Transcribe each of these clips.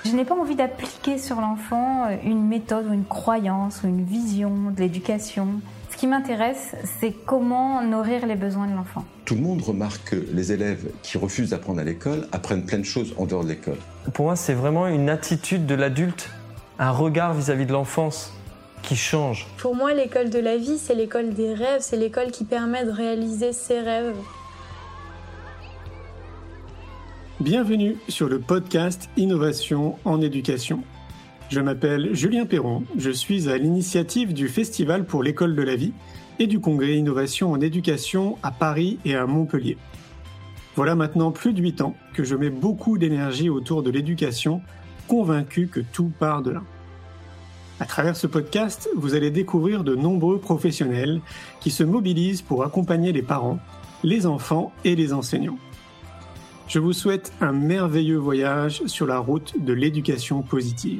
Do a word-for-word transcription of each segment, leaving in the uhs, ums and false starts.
Je n'ai pas envie d'appliquer sur l'enfant une méthode ou une croyance ou une vision de l'éducation. Ce qui m'intéresse, c'est comment nourrir les besoins de l'enfant. Tout le monde remarque que les élèves qui refusent d'apprendre à l'école apprennent plein de choses en dehors de l'école. Pour moi, c'est vraiment une attitude de l'adulte, un regard vis-à-vis de l'enfance qui change. Pour moi, l'école de la vie, c'est l'école des rêves, c'est l'école qui permet de réaliser ses rêves. Bienvenue sur le podcast Innovation en éducation. Je m'appelle Julien Perron, je suis à l'initiative du Festival pour l'école de la vie et du Congrès Innovation en éducation à Paris et à Montpellier. Voilà maintenant plus de huit ans que je mets beaucoup d'énergie autour de l'éducation, convaincu que tout part de là. À travers ce podcast, vous allez découvrir de nombreux professionnels qui se mobilisent pour accompagner les parents, les enfants et les enseignants. Je vous souhaite un merveilleux voyage sur la route de l'éducation positive.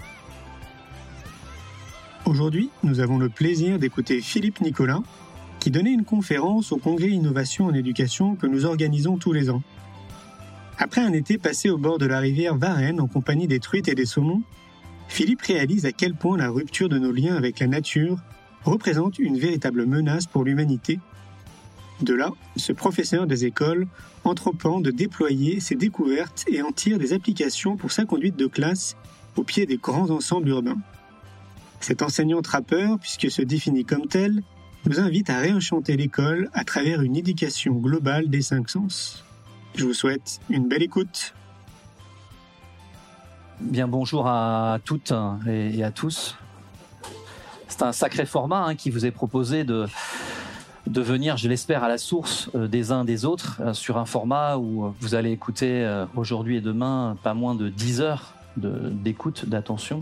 Aujourd'hui, nous avons le plaisir d'écouter Philippe Nicolin, qui donnait une conférence au Congrès Innovation en éducation que nous organisons tous les ans. Après un été passé au bord de la rivière Varennes en compagnie des truites et des saumons, Philippe réalise à quel point la rupture de nos liens avec la nature représente une véritable menace pour l'humanité. De là, ce professeur des écoles entreprend de déployer ses découvertes et en tire des applications pour sa conduite de classe au pied des grands ensembles urbains. Cet enseignant trappeur, puisque se définit comme tel, nous invite à réenchanter l'école à travers une éducation globale des cinq sens. Je vous souhaite une belle écoute. Bien, bonjour à toutes et à tous. C'est un sacré format hein, qui vous est proposé de, de venir, je l'espère, à la source des uns des autres euh, sur un format où vous allez écouter euh, aujourd'hui et demain pas moins de dix heures de, d'écoute, d'attention.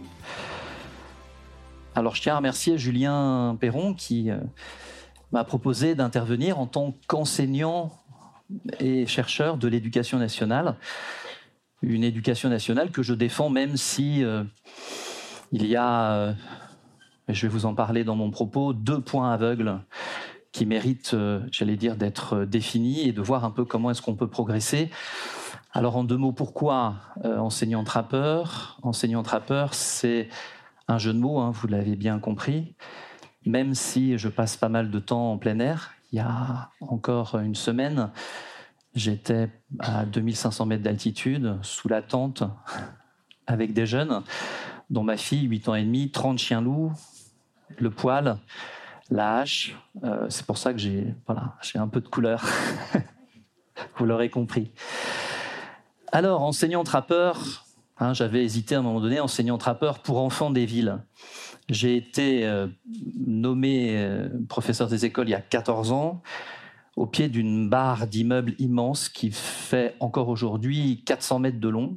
Alors je tiens à remercier Julien Perron qui euh, m'a proposé d'intervenir en tant qu'enseignant et chercheur de l'éducation nationale. Une éducation nationale que je défends même si euh, il y a, euh, je vais vous en parler dans mon propos, deux points aveugles qui méritent, euh, j'allais dire, d'être définis et de voir un peu comment est-ce qu'on peut progresser. Alors en deux mots, pourquoi euh, enseignant trappeur ? Enseignant trappeur, c'est un jeu de mots, hein, vous l'avez bien compris, même si je passe pas mal de temps en plein air. Il y a encore une semaine, j'étais à deux mille cinq cents mètres d'altitude, sous la tente, avec des jeunes, dont ma fille, huit ans et demi, trente chiens loups, le poil, la hache. Euh, c'est pour ça que j'ai, voilà, j'ai un peu de couleur. Vous l'aurez compris. Alors, enseignant trappeur, hein, j'avais hésité à un moment donné, enseignant trappeur pour enfants des villes. J'ai été euh, nommé euh, professeur des écoles il y a quatorze ans, au pied d'une barre d'immeubles immense qui fait encore aujourd'hui quatre cents mètres de long.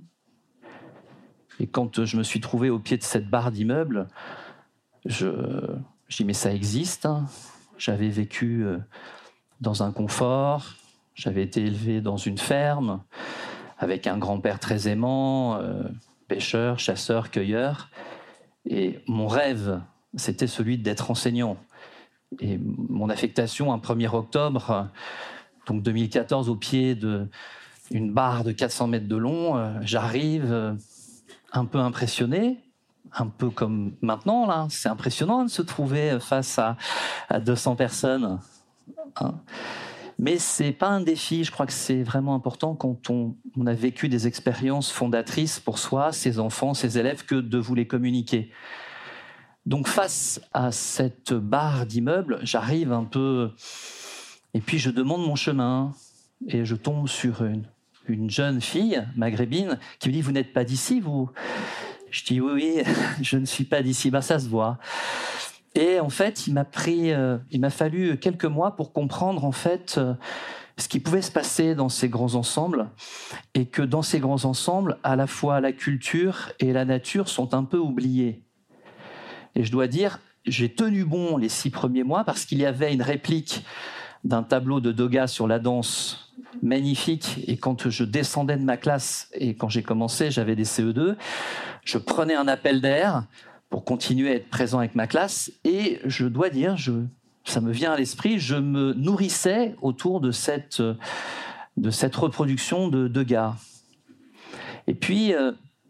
Et quand je me suis trouvé au pied de cette barre d'immeubles, je, je dis mais ça existe. Hein. J'avais vécu dans un confort, j'avais été élevé dans une ferme, avec un grand-père très aimant, euh, pêcheur, chasseur, cueilleur. Et mon rêve, c'était celui d'être enseignant. Et mon affectation, un premier octobre, donc deux mille quatorze, au pied d'une barre de quatre cents mètres de long, euh, j'arrive euh, un peu impressionné, un peu comme maintenant, là. C'est impressionnant de se trouver face à, à deux cents personnes. Hein. Mais ce n'est pas un défi, je crois que c'est vraiment important quand on, on a vécu des expériences fondatrices pour soi, ses enfants, ses élèves, que de vous les communiquer. Donc face à cette barre d'immeubles, j'arrive un peu et puis je demande mon chemin et je tombe sur une, une jeune fille maghrébine qui me dit « Vous n'êtes pas d'ici, vous ?» Je dis « Oui, oui, je ne suis pas d'ici. » Ben, ça se voit. Et en fait, il m'a pris, euh, il m'a fallu quelques mois pour comprendre en fait euh, ce qui pouvait se passer dans ces grands ensembles et que dans ces grands ensembles, à la fois la culture et la nature sont un peu oubliées. Et je dois dire, j'ai tenu bon les six premiers mois parce qu'il y avait une réplique d'un tableau de Degas sur la danse magnifique. Et quand je descendais de ma classe et quand j'ai commencé, j'avais des C E deux, je prenais un appel d'air pour continuer à être présent avec ma classe. Et je dois dire, je, ça me vient à l'esprit, je me nourrissais autour de cette, de cette reproduction de Degas. Et puis,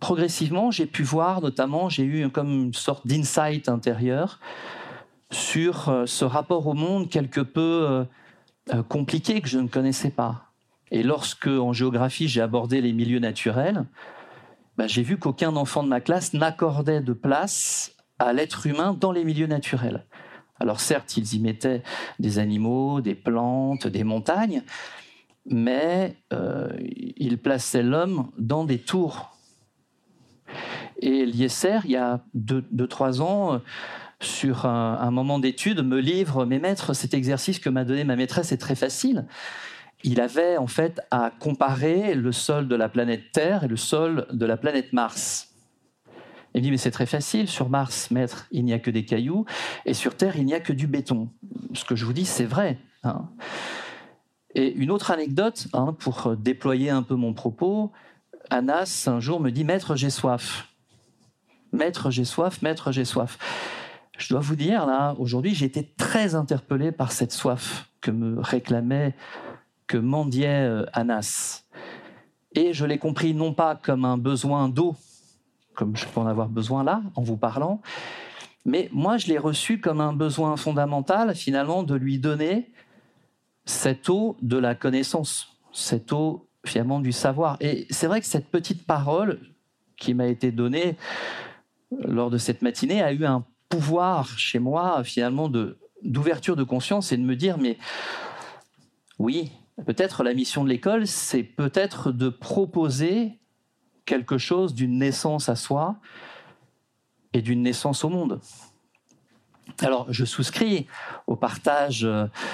progressivement, j'ai pu voir, notamment, j'ai eu comme une sorte d'insight intérieur sur euh, ce rapport au monde quelque peu euh, euh, compliqué que je ne connaissais pas. Et lorsque, en géographie, j'ai abordé les milieux naturels, ben, j'ai vu qu'aucun enfant de ma classe n'accordait de place à l'être humain dans les milieux naturels. Alors certes, ils y mettaient des animaux, des plantes, des montagnes, mais euh, ils plaçaient l'homme dans des tours. Et Liesser, il y a deux, deux trois ans, sur un, un moment d'étude, me livre « Mes maîtres, cet exercice que m'a donné ma maîtresse est très facile ». Il avait en fait à comparer le sol de la planète Terre et le sol de la planète Mars. Il me dit « Mais c'est très facile, sur Mars, maître, il n'y a que des cailloux, et sur Terre, il n'y a que du béton ». Ce que je vous dis, c'est vrai. Hein. Et une autre anecdote, hein, pour déployer un peu mon propos, Anas, un jour, me dit « Maître, j'ai soif. Maître, j'ai soif, maître, j'ai soif. » Je dois vous dire, là, aujourd'hui, j'ai été très interpellé par cette soif que me réclamait, que mendiait Anas. Et je l'ai compris non pas comme un besoin d'eau, comme je peux en avoir besoin là, en vous parlant, mais moi, je l'ai reçu comme un besoin fondamental, finalement, de lui donner cette eau de la connaissance, cette eau, finalement, du savoir. Et c'est vrai que cette petite parole qui m'a été donnée lors de cette matinée a eu un pouvoir chez moi, finalement, de, d'ouverture de conscience et de me dire, mais oui, peut-être la mission de l'école, c'est peut-être de proposer quelque chose d'une naissance à soi et d'une naissance au monde. Alors, je souscris au partage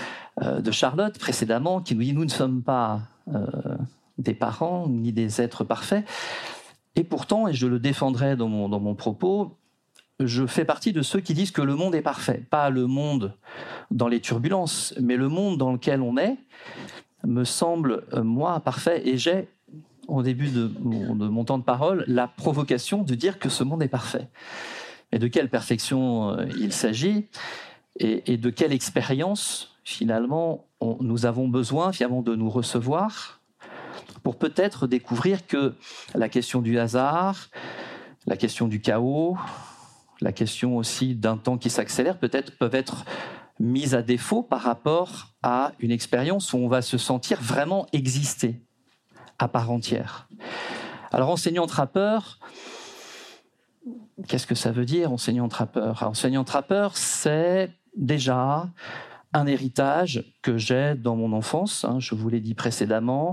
de Charlotte précédemment, qui nous dit « Nous ne sommes pas euh, des parents, ni des êtres parfaits ». Et pourtant, et je le défendrai dans mon, dans mon propos, je fais partie de ceux qui disent que le monde est parfait. Pas le monde dans les turbulences, mais le monde dans lequel on est me semble, moi, parfait. Et j'ai, au début de mon, de mon temps de parole, la provocation de dire que ce monde est parfait. Et de quelle perfection il s'agit et, et de quelle expérience, finalement, on, nous avons besoin finalement, de nous recevoir pour peut-être découvrir que la question du hasard, la question du chaos, la question aussi d'un temps qui s'accélère, peut-être peuvent être mises à défaut par rapport à une expérience où on va se sentir vraiment exister à part entière. Alors, enseignant-trappeur, qu'est-ce que ça veut dire, enseignant-trappeur ? Enseignant-trappeur, c'est déjà un héritage que j'ai dans mon enfance, hein, je vous l'ai dit précédemment,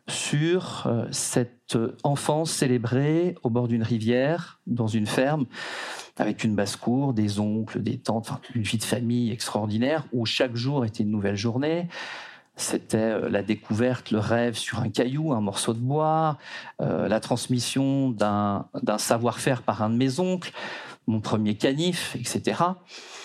sur euh, cette enfance célébrée au bord d'une rivière, dans une ferme, avec une basse-cour, des oncles, des tantes, enfin, une vie de famille extraordinaire, où chaque jour était une nouvelle journée. C'était la découverte, le rêve sur un caillou, un morceau de bois, euh, la transmission d'un, d'un savoir-faire par un de mes oncles, mon premier canif, et cetera.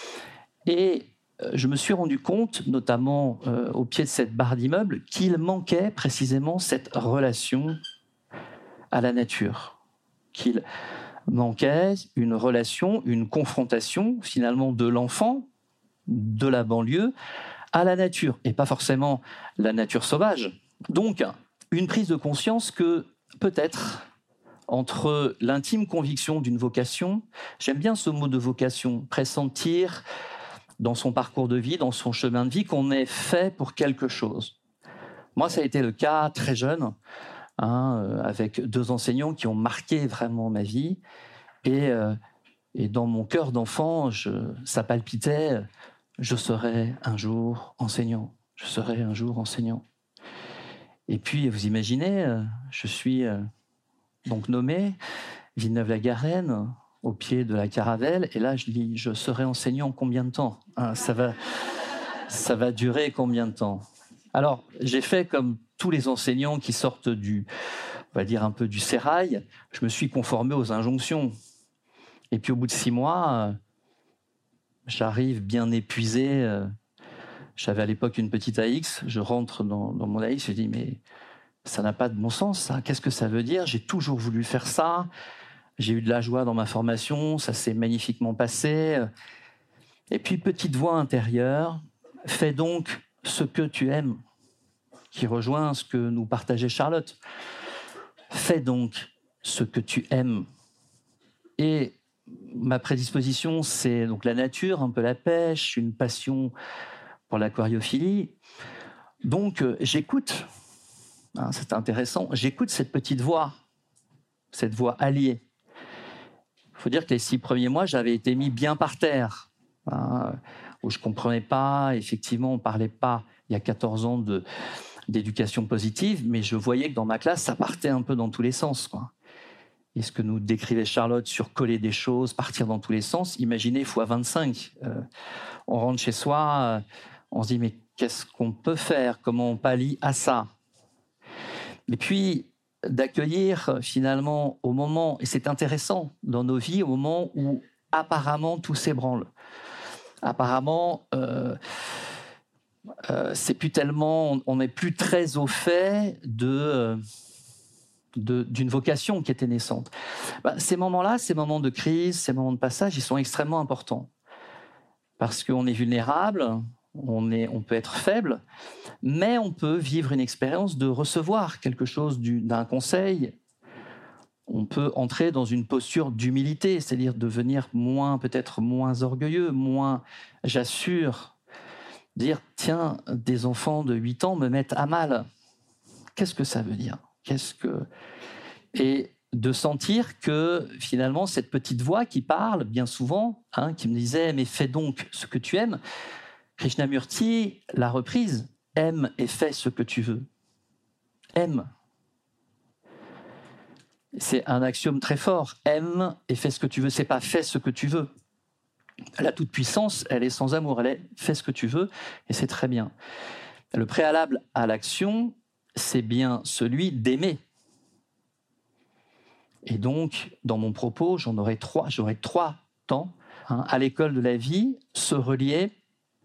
Et je me suis rendu compte, notamment euh, au pied de cette barre d'immeuble, qu'il manquait précisément cette relation à la nature. Qu'il manquait une relation, une confrontation finalement de l'enfant, de la banlieue, à la nature, et pas forcément la nature sauvage. Donc, une prise de conscience que peut-être, entre l'intime conviction d'une vocation, j'aime bien ce mot de vocation, pressentir dans son parcours de vie, dans son chemin de vie, qu'on est fait pour quelque chose. Moi, ça a été le cas très jeune, hein, avec deux enseignants qui ont marqué vraiment ma vie, et, euh, et dans mon cœur d'enfant, je, ça palpitait. Je serai un jour enseignant, je serai un jour enseignant. Et puis, vous imaginez, je suis donc nommé Villeneuve-la-Garenne, au pied de la Caravelle, et là, je dis, je serai enseignant combien de temps ? Hein, ça va, ça va durer combien de temps ? Alors, j'ai fait comme tous les enseignants qui sortent du, on va dire un peu du sérail, je me suis conformé aux injonctions. Et puis, au bout de six mois... J'arrive bien épuisé. J'avais à l'époque une petite A X. Je rentre dans, dans mon A X. Je dis, mais ça n'a pas de bon sens, ça. Qu'est-ce que ça veut dire ? J'ai toujours voulu faire ça. J'ai eu de la joie dans ma formation. Ça s'est magnifiquement passé. Et puis, petite voix intérieure, fais donc ce que tu aimes, qui rejoint ce que nous partageait Charlotte. Fais donc. ce que tu aimes. Et ma prédisposition, c'est donc la nature, un peu la pêche, une passion pour l'aquariophilie. Donc, euh, j'écoute, hein, c'est intéressant, j'écoute cette petite voix, cette voix alliée. Il faut dire que les six premiers mois, j'avais été mis bien par terre, hein, où je ne comprenais pas, effectivement, on ne parlait pas, il y a quatorze ans, de, d'éducation positive, mais je voyais que dans ma classe, ça partait un peu dans tous les sens, quoi. Et ce que nous décrivait Charlotte sur coller des choses, partir dans tous les sens, imaginez fois vingt-cinq. Euh, on rentre chez soi, euh, on se dit, mais qu'est-ce qu'on peut faire? Comment on pallie à ça? Et puis, d'accueillir finalement au moment, et c'est intéressant dans nos vies, au moment où apparemment tout s'ébranle. Apparemment, euh, euh, c'est plus tellement, on n'est plus très au fait de... Euh, De, d'une vocation qui était naissante. Ben, ces moments-là, ces moments de crise, ces moments de passage, ils sont extrêmement importants. Parce qu'on est vulnérable, on, est, on peut être faible, mais on peut vivre une expérience de recevoir quelque chose du, d'un conseil. On peut entrer dans une posture d'humilité, c'est-à-dire devenir moins, peut-être moins orgueilleux, moins, j'assure, dire, tiens, des enfants de huit ans me mettent à mal. Qu'est-ce que ça veut dire ? Qu'est-ce que... Et de sentir que finalement cette petite voix qui parle bien souvent, hein, qui me disait mais fais donc ce que tu aimes, Krishnamurti l'a reprise, aime et fais ce que tu veux. Aime. C'est un axiome très fort. Aime et fais ce que tu veux. C'est pas fais ce que tu veux. La toute-puissance, elle est sans amour. Elle est fais ce que tu veux et c'est très bien. Le préalable à l'action, c'est bien celui d'aimer. Et donc, dans mon propos, j'en aurai trois, j'aurai trois temps. Hein, à l'école de la vie, se relier,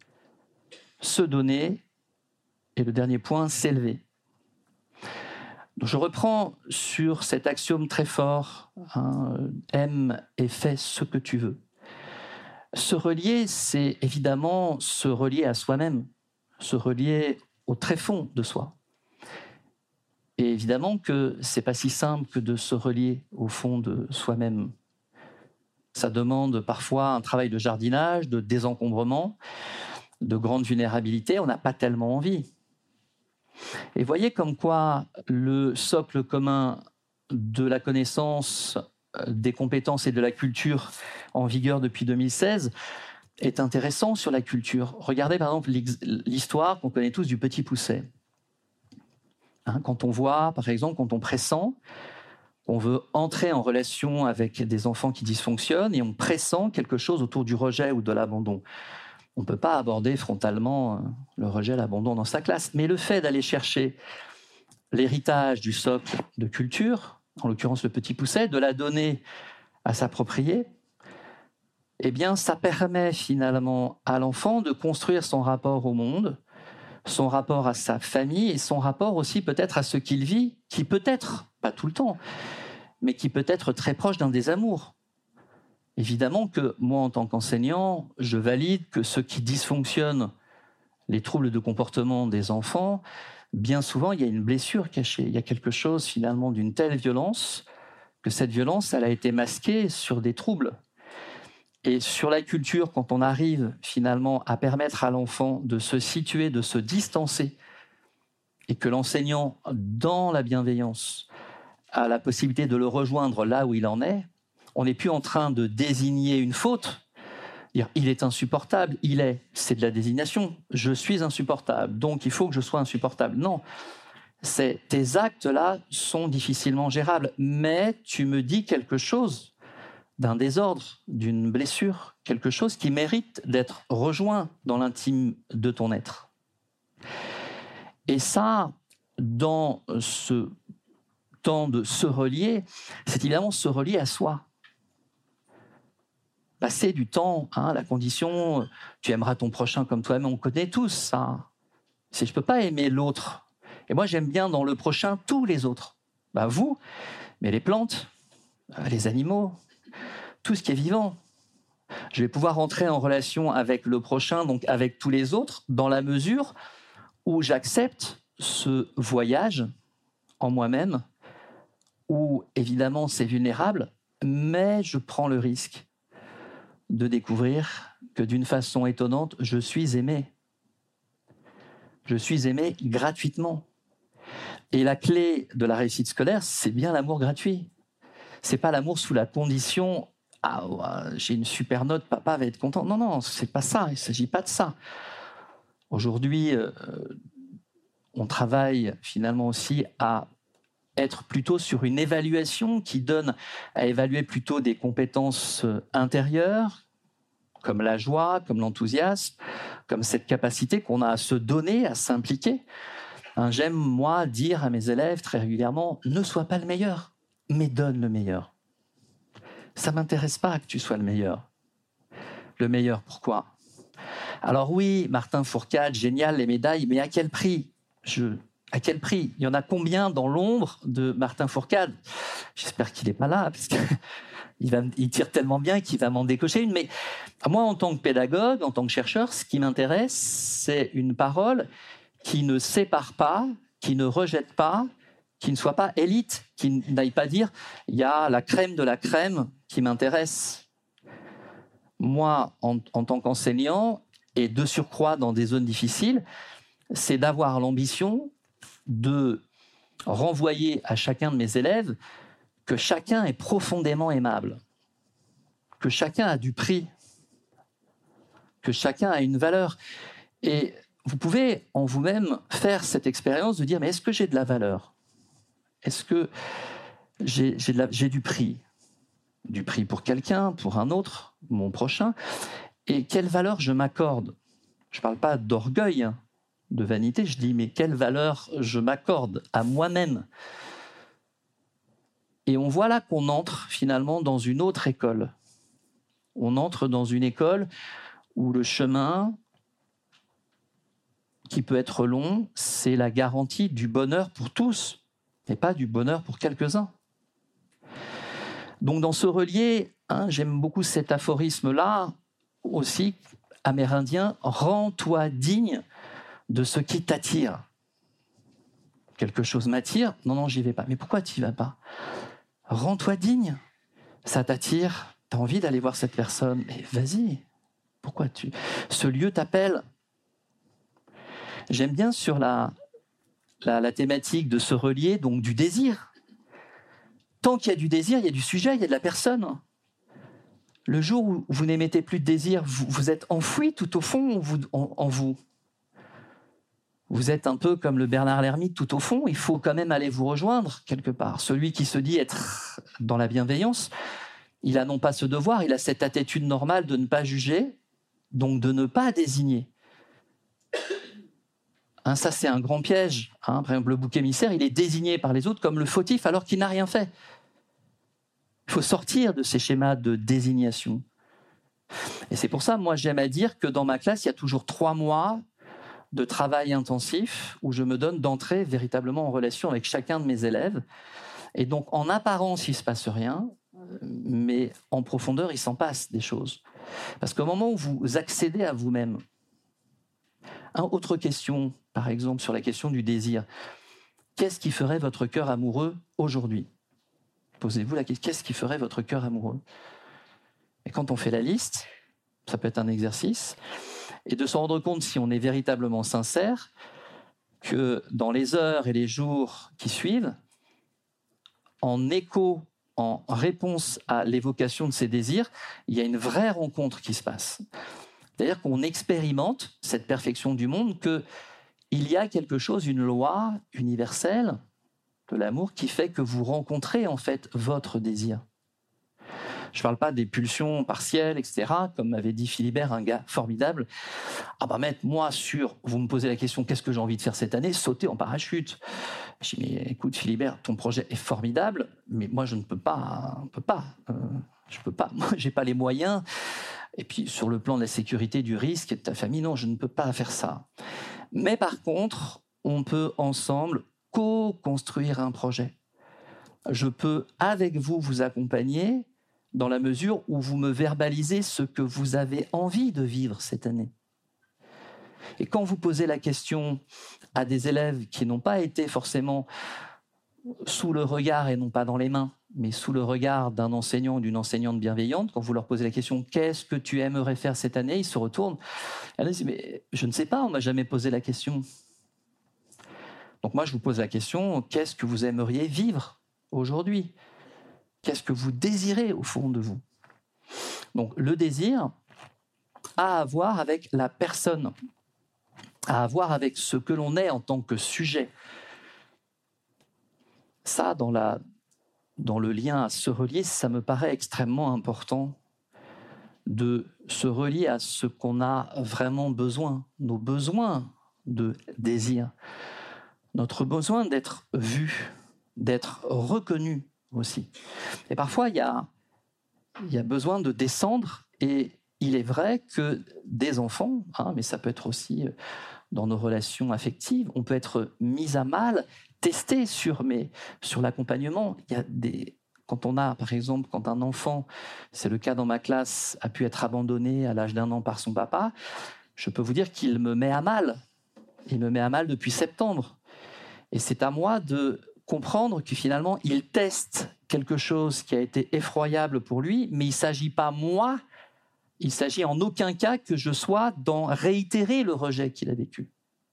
se donner, et le dernier point, s'élever. Donc, je reprends sur cet axiome très fort, hein, aime et fais ce que tu veux. Se relier, c'est évidemment se relier à soi-même, se relier au tréfonds de soi. Et évidemment que c'est pas si simple que de se relier au fond de soi-même. Ça demande parfois un travail de jardinage, de désencombrement, de grande vulnérabilité. On n'a pas tellement envie. Et voyez comme quoi le socle commun de la connaissance, des compétences et de la culture en vigueur depuis deux mille seize est intéressant sur la culture. Regardez par exemple l'histoire qu'on connaît tous du Petit Poucet. Quand on voit, par exemple, quand on pressent, on veut entrer en relation avec des enfants qui dysfonctionnent et on pressent quelque chose autour du rejet ou de l'abandon. On ne peut pas aborder frontalement le rejet, l'abandon dans sa classe. Mais le fait d'aller chercher l'héritage du socle de culture, en l'occurrence le Petit Poucet, de la donner à s'approprier, eh bien, ça permet finalement à l'enfant de construire son rapport au monde, son rapport à sa famille et son rapport aussi peut-être à ce qu'il vit, qui peut être, pas tout le temps, mais qui peut être très proche d'un désamour. Évidemment que moi, en tant qu'enseignant, je valide que ce qui dysfonctionne, les troubles de comportement des enfants, bien souvent, il y a une blessure cachée. Il y a quelque chose finalement d'une telle violence que cette violence, elle a été masquée sur des troubles. Et sur la culture, quand on arrive finalement à permettre à l'enfant de se situer, de se distancer, et que l'enseignant, dans la bienveillance, a la possibilité de le rejoindre là où il en est, on n'est plus en train de désigner une faute, dire il est insupportable, il est, c'est de la désignation, je suis insupportable, donc il faut que je sois insupportable. Non, c'est, tes actes-là sont difficilement gérables, mais tu me dis quelque chose d'un désordre, d'une blessure, quelque chose qui mérite d'être rejoint dans l'intime de ton être. Et ça, dans ce temps de se relier, c'est évidemment se relier à soi. Passer du temps, hein, la condition, tu aimeras ton prochain comme toi-même, on connaît tous ça. C'est, je ne peux pas aimer l'autre. Et moi, j'aime bien dans le prochain tous les autres. Bah, vous, mais les plantes, les animaux, tout ce qui est vivant. Je vais pouvoir entrer en relation avec le prochain, donc avec tous les autres, dans la mesure où j'accepte ce voyage en moi-même où évidemment c'est vulnérable, mais je prends le risque de découvrir que d'une façon étonnante, je suis aimé. Je suis aimé gratuitement. Et la clé de la réussite scolaire, c'est bien l'amour gratuit. C'est pas l'amour sous la condition « Ah, ouais, j'ai une super note, papa va être content ». Non, non, c'est pas ça, il ne s'agit pas de ça. Aujourd'hui, euh, on travaille finalement aussi à être plutôt sur une évaluation qui donne à évaluer plutôt des compétences intérieures, comme la joie, comme l'enthousiasme, comme cette capacité qu'on a à se donner, à s'impliquer. Hein, j'aime, moi, dire à mes élèves très régulièrement, ne sois pas le meilleur, mais donne le meilleur. Ça ne m'intéresse pas que tu sois le meilleur. Le meilleur, pourquoi ? Alors oui, Martin Fourcade, génial, les médailles, mais à quel prix ? Je... À quel prix ? Il y en a combien dans l'ombre de Martin Fourcade ? J'espère qu'il n'est pas là, parce qu'il va, il tire tellement bien qu'il va m'en décocher une. Mais moi, en tant que pédagogue, en tant que chercheur, ce qui m'intéresse, c'est une parole qui ne sépare pas, qui ne rejette pas, qui ne soit pas élite, qui n'aille pas dire « il y a la crème de la crème qui m'intéresse ». Moi, en, en tant qu'enseignant, et de surcroît dans des zones difficiles, c'est d'avoir l'ambition de renvoyer à chacun de mes élèves que chacun est profondément aimable, que chacun a du prix, que chacun a une valeur. Et vous pouvez en vous-même faire cette expérience de dire « mais est-ce que j'ai de la valeur ? Est-ce que j'ai, j'ai, de la, j'ai du prix ? Du prix pour quelqu'un, pour un autre, mon prochain ? Et quelle valeur je m'accorde ? Je ne parle pas d'orgueil, de vanité, je dis, mais quelle valeur je m'accorde à moi-même ? Et on voit là qu'on entre finalement dans une autre école. On entre dans une école où le chemin, qui peut être long, c'est la garantie du bonheur pour tous, et pas du bonheur pour quelques-uns. Donc dans ce relier, hein, j'aime beaucoup cet aphorisme-là, aussi amérindien, « rends-toi digne » de ce qui t'attire. Quelque chose m'attire, non, non, j'y vais pas. Mais pourquoi tu n'y vas pas ? Rends-toi digne. Ça t'attire, tu as envie d'aller voir cette personne. Mais vas-y, pourquoi tu... Ce lieu t'appelle. J'aime bien sur la, la, la thématique de ce relier, donc du désir. Tant qu'il y a du désir, il y a du sujet, il y a de la personne. Le jour où vous n'émettez plus de désir, vous, vous êtes enfoui tout au fond vous, en, en vous. Vous êtes un peu comme le Bernard l'ermite tout au fond, il faut quand même aller vous rejoindre quelque part. Celui qui se dit être dans la bienveillance, il a non pas ce devoir, il a cette attitude normale de ne pas juger, donc de ne pas désigner. Hein, ça, c'est un grand piège. Hein. Par exemple, le bouc émissaire, il est désigné par les autres comme le fautif alors qu'il n'a rien fait. Il faut sortir de ces schémas de désignation. Et c'est pour ça, moi, j'aime à dire que dans ma classe, il y a toujours trois mois de travail intensif où je me donne d'entrer véritablement en relation avec chacun de mes élèves. Et donc, en apparence, il ne se passe rien, mais en profondeur, il s'en passe des choses. Parce qu'au moment où vous accédez à vous-même, une autre question, par exemple, sur la question du désir. Qu'est-ce qui ferait votre cœur amoureux aujourd'hui ? Posez-vous la question, qu'est-ce qui ferait votre cœur amoureux ? Et quand on fait la liste, ça peut être un exercice, et de se rendre compte si on est véritablement sincère, que dans les heures et les jours qui suivent, en écho, en réponse à l'évocation de ces désirs, il y a une vraie rencontre qui se passe. C'est-à-dire qu'on expérimente cette perfection du monde, qu'il y a quelque chose, une loi universelle de l'amour qui fait que vous rencontrez en fait votre désir. Je ne parle pas des pulsions partielles, et cetera, comme m'avait dit Philibert, un gars formidable. Ah bah mettre moi sur, vous me posez la question, qu'est-ce que j'ai envie de faire cette année ? Sauter en parachute. Je dis, mais écoute Philibert, ton projet est formidable, mais moi je ne peux pas, on peut pas, euh, je peux pas, moi j'ai pas les moyens. Et puis sur le plan de la sécurité, du risque et de ta famille, non, je ne peux pas faire ça. Mais par contre, on peut ensemble co-construire un projet. Je peux avec vous vous accompagner dans la mesure où vous me verbalisez ce que vous avez envie de vivre cette année. Et quand vous posez la question à des élèves qui n'ont pas été forcément sous le regard, et non pas dans les mains, mais sous le regard d'un enseignant ou d'une enseignante bienveillante, quand vous leur posez la question « Qu'est-ce que tu aimerais faire cette année ?» Ils se retournent. Elle dit « Mais je ne sais pas, on ne m'a jamais posé la question. » Donc moi, je vous pose la question « Qu'est-ce que vous aimeriez vivre aujourd'hui ? Qu'est-ce que vous désirez au fond de vous ?» Donc le désir a à voir avec la personne, a à voir avec ce que l'on est en tant que sujet. Ça, dans, la, dans le lien à se relier, ça me paraît extrêmement important de se relier à ce qu'on a vraiment besoin, nos besoins de désir, notre besoin d'être vu, d'être reconnu aussi. Et parfois, il y a, il y a besoin de descendre, et il est vrai que des enfants, hein, mais ça peut être aussi dans nos relations affectives, on peut être mis à mal, testé sur, mais, sur l'accompagnement. Il y a des, quand on a, par exemple, quand un enfant, c'est le cas dans ma classe, a pu être abandonné à l'âge d'un an par son papa, je peux vous dire qu'il me met à mal. Il me met à mal depuis septembre. Et c'est à moi de comprendre que finalement, il teste quelque chose qui a été effroyable pour lui, mais il ne s'agit pas, moi, il s'agit en aucun cas que je sois dans réitérer le rejet qu'il a vécu.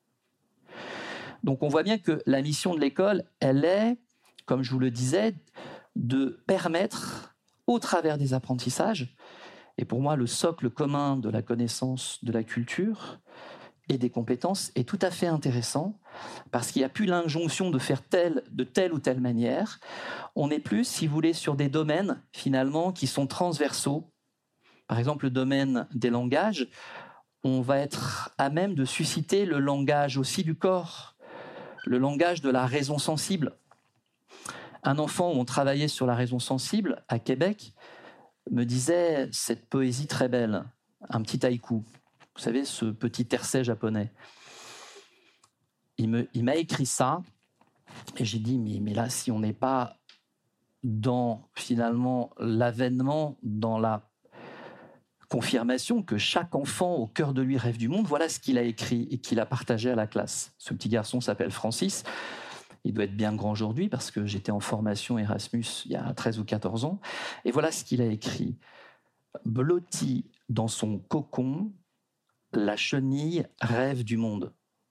Donc on voit bien que la mission de l'école, elle est, comme je vous le disais, de permettre, au travers des apprentissages, et pour moi le socle commun de la connaissance de la culture et des compétences est tout à fait intéressant, parce qu'il n'y a plus l'injonction de faire tel, de telle ou telle manière. On est plus, si vous voulez, sur des domaines finalement qui sont transversaux. Par exemple, le domaine des langages, on va être à même de susciter le langage aussi du corps, le langage de la raison sensible. Un enfant où on travaillait sur la raison sensible à Québec me disait cette poésie très belle, un petit haïku. Vous savez, ce petit tercet japonais. Il, me, il m'a écrit ça, et j'ai dit, mais, mais là, si on n'est pas dans, finalement, l'avènement, dans la confirmation que chaque enfant au cœur de lui rêve du monde, voilà ce qu'il a écrit et qu'il a partagé à la classe. Ce petit garçon s'appelle Francis. Il doit être bien grand aujourd'hui parce que j'étais en formation Erasmus il y a treize ou quatorze ans. Et voilà ce qu'il a écrit. Blotti dans son cocon, la chenille rêve du monde.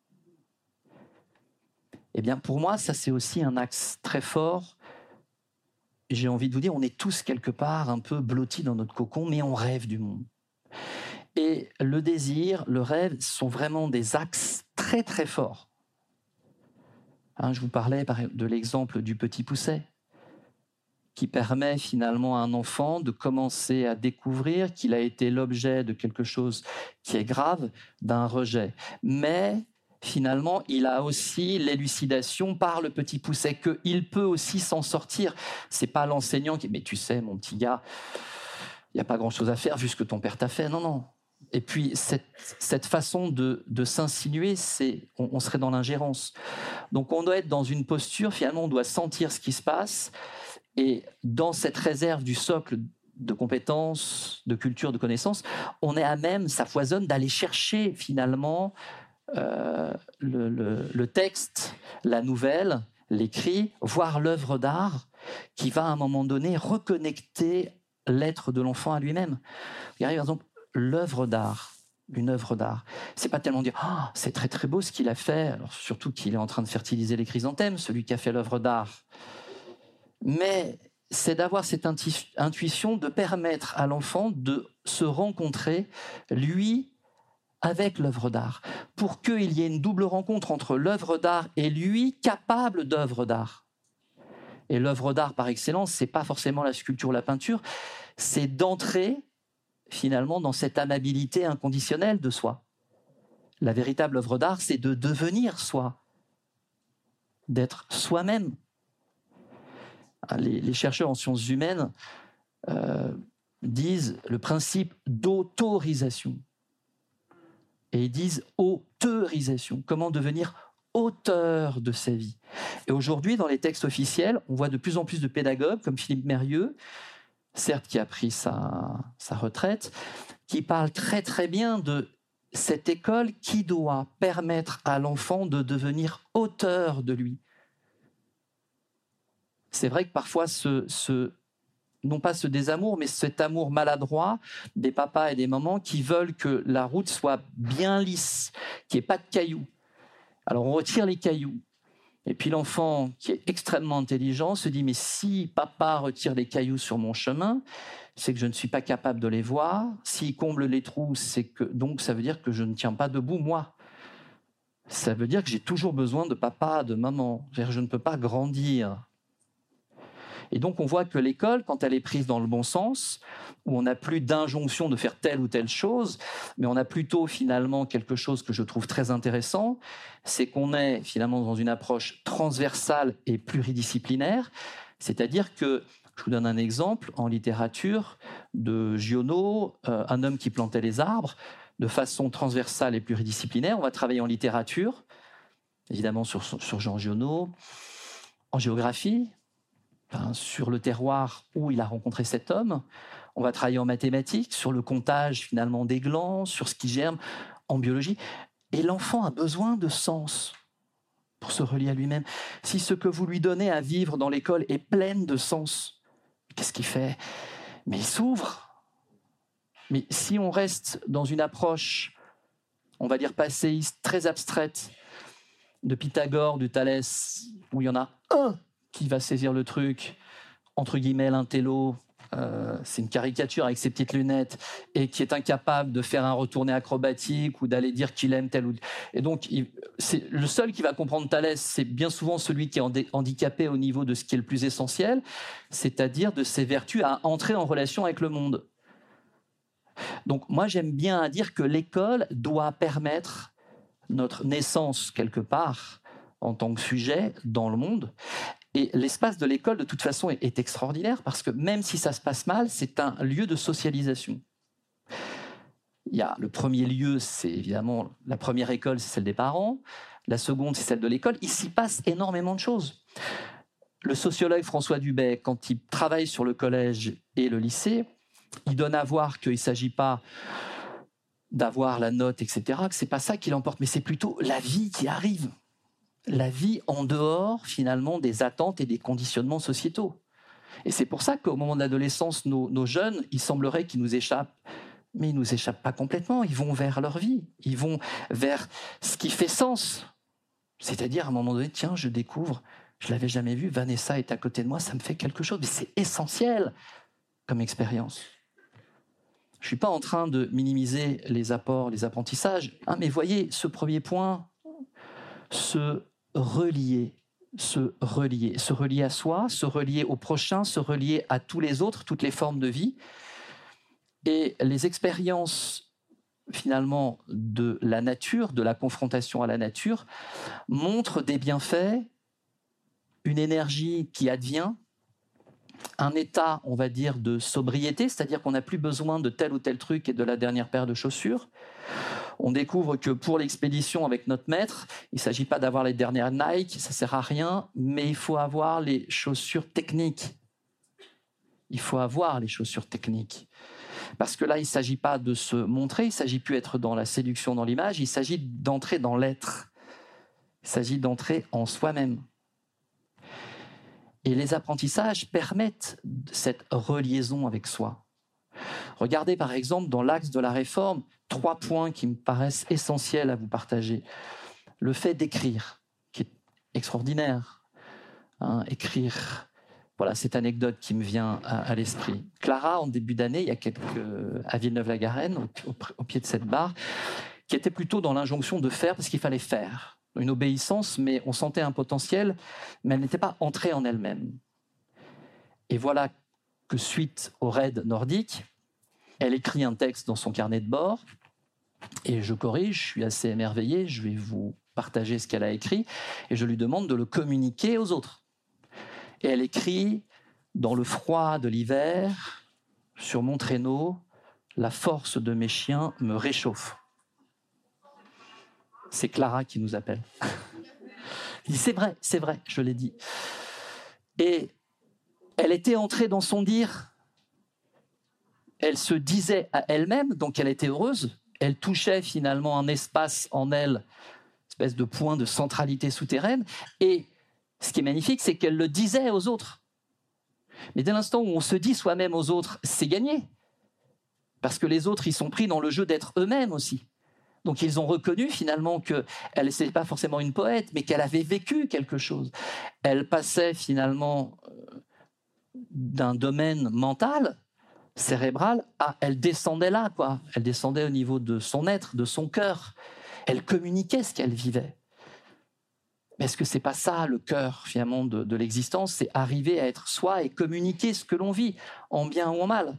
Eh bien, pour moi, ça c'est aussi un axe très fort. J'ai envie de vous dire, on est tous quelque part un peu blottis dans notre cocon, mais on rêve du monde. Et le désir, le rêve sont vraiment des axes très très forts. Hein, je vous parlais de l'exemple du petit pousset, qui permet finalement à un enfant de commencer à découvrir qu'il a été l'objet de quelque chose qui est grave, d'un rejet. Mais finalement, il a aussi l'élucidation par le petit pousset qu'il peut aussi s'en sortir. C'est pas l'enseignant qui... Mais tu sais, mon petit gars, il n'y a pas grand-chose à faire vu ce que ton père t'a fait. Non, non. Et puis, cette, cette façon de, de s'insinuer, c'est, on, on serait dans l'ingérence. Donc, on doit être dans une posture, finalement, on doit sentir ce qui se passe. Et dans cette réserve du socle de compétences, de culture, de connaissances, on est à même, ça foisonne, d'aller chercher, finalement, euh, le, le, le texte, la nouvelle, l'écrit, voire l'œuvre d'art, qui va, à un moment donné, reconnecter l'être de l'enfant à lui-même. Regardez, par exemple, l'œuvre d'art, une œuvre d'art. C'est pas tellement dire oh, c'est très très beau ce qu'il a fait, alors surtout qu'il est en train de fertiliser les chrysanthèmes, celui qui a fait l'œuvre d'art. Mais c'est d'avoir cette intu- intuition de permettre à l'enfant de se rencontrer, lui, avec l'œuvre d'art, pour qu'il y ait une double rencontre entre l'œuvre d'art et lui, capable d'œuvre d'art. Et l'œuvre d'art par excellence, c'est pas forcément la sculpture ou la peinture, c'est d'entrer finalement dans cette amabilité inconditionnelle de soi. La véritable œuvre d'art, c'est de devenir soi, d'être soi-même. Les, les chercheurs en sciences humaines euh, disent le principe d'autorisation. Et ils disent autorisation. Comment devenir auteur de sa vie. Et aujourd'hui, dans les textes officiels, on voit de plus en plus de pédagogues, comme Philippe Mérieux, certes qui a pris sa, sa retraite, qui parle très très bien de cette école qui doit permettre à l'enfant de devenir auteur de lui. c'est vrai que parfois ce, ce non pas ce désamour, mais cet amour maladroit des papas et des mamans qui veulent que la route soit bien lisse, qu'il n'y ait pas de cailloux. Alors on retire les cailloux. Et puis l'enfant, qui est extrêmement intelligent, se dit « Mais si papa retire les cailloux sur mon chemin, c'est que je ne suis pas capable de les voir. S'il comble les trous, c'est que donc ça veut dire que je ne tiens pas debout, moi. Ça veut dire que j'ai toujours besoin de papa, de maman. C'est-à-dire que je ne peux pas grandir. » Et donc on voit que l'école, quand elle est prise dans le bon sens, où on n'a plus d'injonction de faire telle ou telle chose, mais on a plutôt finalement quelque chose que je trouve très intéressant, c'est qu'on est finalement dans une approche transversale et pluridisciplinaire, c'est-à-dire que, je vous donne un exemple, en littérature, de Giono, euh, Un homme qui plantait les arbres, de façon transversale et pluridisciplinaire, on va travailler en littérature, évidemment sur, sur Jean Giono, en géographie, sur le terroir où il a rencontré cet homme. On va travailler en mathématiques, sur le comptage finalement des glands, sur ce qui germe, en biologie. Et l'enfant a besoin de sens pour se relier à lui-même. Si ce que vous lui donnez à vivre dans l'école est plein de sens, qu'est-ce qu'il fait? Mais il s'ouvre. Mais si on reste dans une approche, on va dire passéiste, très abstraite, de Pythagore, de Thalès, où il y en a un qui va saisir le truc, entre guillemets, l'intello, euh, c'est une caricature avec ses petites lunettes, et qui est incapable de faire un retourné acrobatique ou d'aller dire qu'il aime tel ou... Et donc, il, c'est, le seul qui va comprendre Thalès, c'est bien souvent celui qui est handé- handicapé au niveau de ce qui est le plus essentiel, c'est-à-dire de ses vertus à entrer en relation avec le monde. Donc, moi, j'aime bien à dire que l'école doit permettre notre naissance, quelque part, en tant que sujet, dans le monde. Et l'espace de l'école, de toute façon, est, est extraordinaire parce que même si ça se passe mal, c'est un lieu de socialisation. Il y a le premier lieu, c'est évidemment la première école, c'est celle des parents. La seconde, c'est celle de l'école. Il s'y passe énormément de choses. Le sociologue François Dubay, quand il travaille sur le collège et le lycée, il donne à voir qu'il ne s'agit pas d'avoir la note, et cetera, que ce n'est pas ça qui l'emporte, mais c'est plutôt la vie qui arrive. La vie en dehors, finalement, des attentes et des conditionnements sociétaux. Et c'est pour ça qu'au moment de l'adolescence, nos, nos jeunes, il semblerait qu'ils nous échappent. Mais ils ne nous échappent pas complètement. Ils vont vers leur vie. Ils vont vers ce qui fait sens. C'est-à-dire, à un moment donné, tiens, je découvre, je ne l'avais jamais vu, Vanessa est à côté de moi, ça me fait quelque chose. Mais c'est essentiel comme expérience. Je ne suis pas en train de minimiser les apports, les apprentissages. Ah, mais voyez, ce premier point, se relier, se relier, se relier à soi, se relier au prochain, se relier à tous les autres, toutes les formes de vie. Et les expériences, finalement, de la nature, de la confrontation à la nature, montrent des bienfaits, une énergie qui advient, un état, on va dire, de sobriété, c'est-à-dire qu'on n'a plus besoin de tel ou tel truc et de la dernière paire de chaussures. On découvre que pour l'expédition avec notre maître, il ne s'agit pas d'avoir les dernières Nike, ça ne sert à rien, mais il faut avoir les chaussures techniques. Il faut avoir les chaussures techniques. Parce que là, il ne s'agit pas de se montrer, il ne s'agit plus d'être dans la séduction, dans l'image, il s'agit d'entrer dans l'être. Il s'agit d'entrer en soi-même. Et les apprentissages permettent cette reliaison avec soi. Regardez par exemple dans l'axe de la réforme, trois points qui me paraissent essentiels à vous partager. Le fait d'écrire, qui est extraordinaire. Hein, écrire, voilà cette anecdote qui me vient à, à l'esprit. Clara, en début d'année, il y a quelques, à Villeneuve-la-Garenne, au, au, au pied de cette barre, qui était plutôt dans l'injonction de faire parce qu'il fallait faire. Une obéissance, mais on sentait un potentiel, mais elle n'était pas entrée en elle-même. Et voilà que suite au raid nordique, elle écrit un texte dans son carnet de bord, et je corrige, je suis assez émerveillé, je vais vous partager ce qu'elle a écrit, et je lui demande de le communiquer aux autres. Et elle écrit, dans le froid de l'hiver, sur mon traîneau, la force de mes chiens me réchauffe. C'est Clara qui nous appelle. Il dit, c'est vrai, c'est vrai, je l'ai dit. Et elle était entrée dans son dire. Elle se disait à elle-même, donc elle était heureuse. Elle touchait finalement un espace en elle, une espèce de point de centralité souterraine. Et ce qui est magnifique, c'est qu'elle le disait aux autres. Mais dès l'instant où on se dit soi-même aux autres, c'est gagné. Parce que les autres, ils sont pris dans le jeu d'être eux-mêmes aussi. Donc ils ont reconnu finalement qu'elle n'était pas forcément une poète, mais qu'elle avait vécu quelque chose. Elle passait finalement d'un domaine mental, cérébral, à elle descendait là, quoi. Elle descendait au niveau de son être, de son cœur. Elle communiquait ce qu'elle vivait. Mais est-ce que c'est pas ça le cœur finalement de, de l'existence? C'est arriver à être soi et communiquer ce que l'on vit, en bien ou en mal.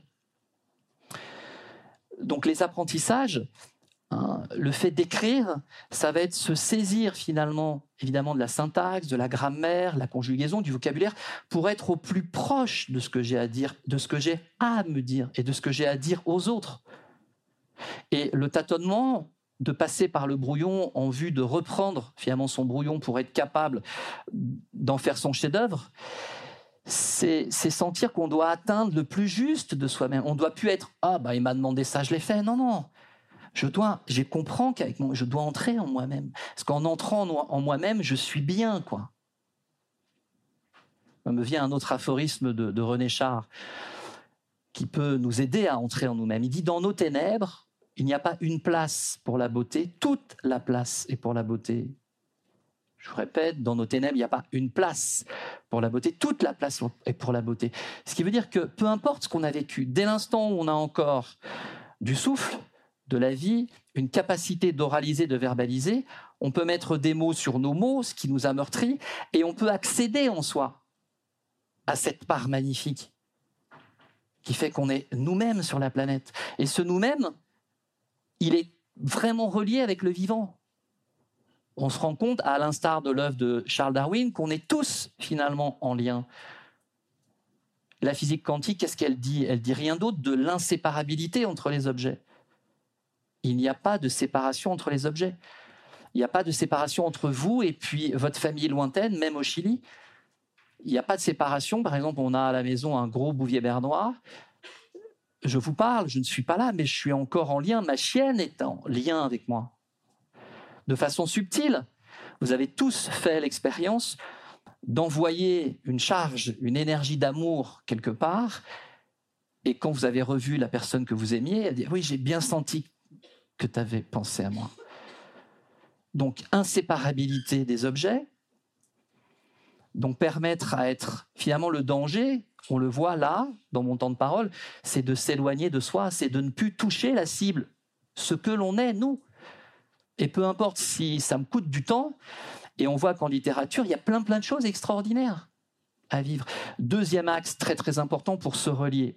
Donc les apprentissages, hein, le fait d'écrire, ça va être se saisir finalement, évidemment, de la syntaxe, de la grammaire, la conjugaison, du vocabulaire, pour être au plus proche de ce que j'ai à dire, de ce que j'ai à me dire et de ce que j'ai à dire aux autres. Et le tâtonnement, de passer par le brouillon en vue de reprendre finalement son brouillon pour être capable d'en faire son chef-d'œuvre, c'est, c'est sentir qu'on doit atteindre le plus juste de soi-même. On ne doit plus être « Ah, bah, il m'a demandé ça, je l'ai fait. » Non, non. Je dois, je comprends qu'avec moi, je dois entrer en moi-même. Parce qu'en entrant en moi-même, je suis bien, quoi. Ça me vient un autre aphorisme de, de René Char qui peut nous aider à entrer en nous-mêmes. Il dit « Dans nos ténèbres, il n'y a pas une place pour la beauté, toute la place est pour la beauté. » Je vous répète, dans nos ténèbres, il n'y a pas une place pour la beauté, toute la place est pour la beauté. Ce qui veut dire que peu importe ce qu'on a vécu, dès l'instant où on a encore du souffle, de la vie, une capacité d'oraliser, de verbaliser, on peut mettre des mots sur nos mots, ce qui nous a meurtris, et on peut accéder en soi à cette part magnifique qui fait qu'on est nous-mêmes sur la planète. Et ce nous-mêmes, il est vraiment relié avec le vivant. On se rend compte, à l'instar de l'œuvre de Charles Darwin, qu'on est tous finalement en lien. La physique quantique, qu'est-ce qu'elle dit? Elle dit rien d'autre de l'inséparabilité entre les objets. Il n'y a pas de séparation entre les objets. Il n'y a pas de séparation entre vous et puis votre famille lointaine, même au Chili. Il n'y a pas de séparation. Par exemple, on a à la maison un gros bouvier bernois. Je vous parle, je ne suis pas là, mais je suis encore en lien. Ma chienne est en lien avec moi. De façon subtile. Vous avez tous fait l'expérience d'envoyer une charge, une énergie d'amour quelque part, et quand vous avez revu la personne que vous aimiez, elle dit « Oui, j'ai bien senti que tu avais pensé à moi. » Donc, inséparabilité des objets, donc permettre à être, finalement, le danger, on le voit là, dans mon temps de parole, c'est de s'éloigner de soi, c'est de ne plus toucher la cible, ce que l'on est, nous. Et peu importe si ça me coûte du temps, et on voit qu'en littérature, il y a plein plein de choses extraordinaires à vivre. Deuxième axe très très important pour se relier,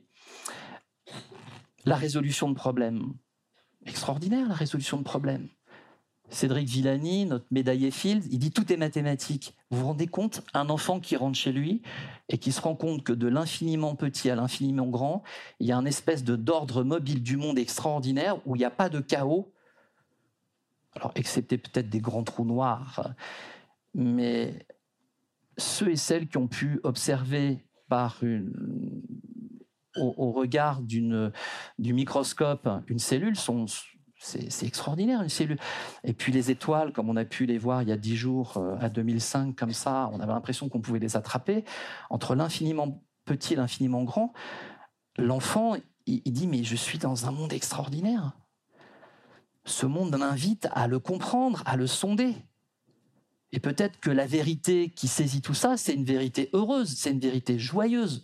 la résolution de problèmes. Extraordinaire la résolution de problèmes. Cédric Villani, notre médaillé Fields, il dit tout est mathématique. Vous vous rendez compte, un enfant qui rentre chez lui et qui se rend compte que de l'infiniment petit à l'infiniment grand, il y a une espèce de d'ordre mobile du monde extraordinaire où il n'y a pas de chaos. Alors, excepté peut-être des grands trous noirs, mais ceux et celles qui ont pu observer par une, au, au regard d'une, du microscope une cellule, sont, c'est, c'est extraordinaire une cellule. Et puis les étoiles, comme on a pu les voir il y a dix jours à deux mille cinq, comme ça, on avait l'impression qu'on pouvait les attraper. Entre l'infiniment petit et l'infiniment grand, l'enfant, il, il dit « mais je suis dans un monde extraordinaire ». Ce monde m'invite à le comprendre, à le sonder. Et peut-être que la vérité qui saisit tout ça, c'est une vérité heureuse, c'est une vérité joyeuse.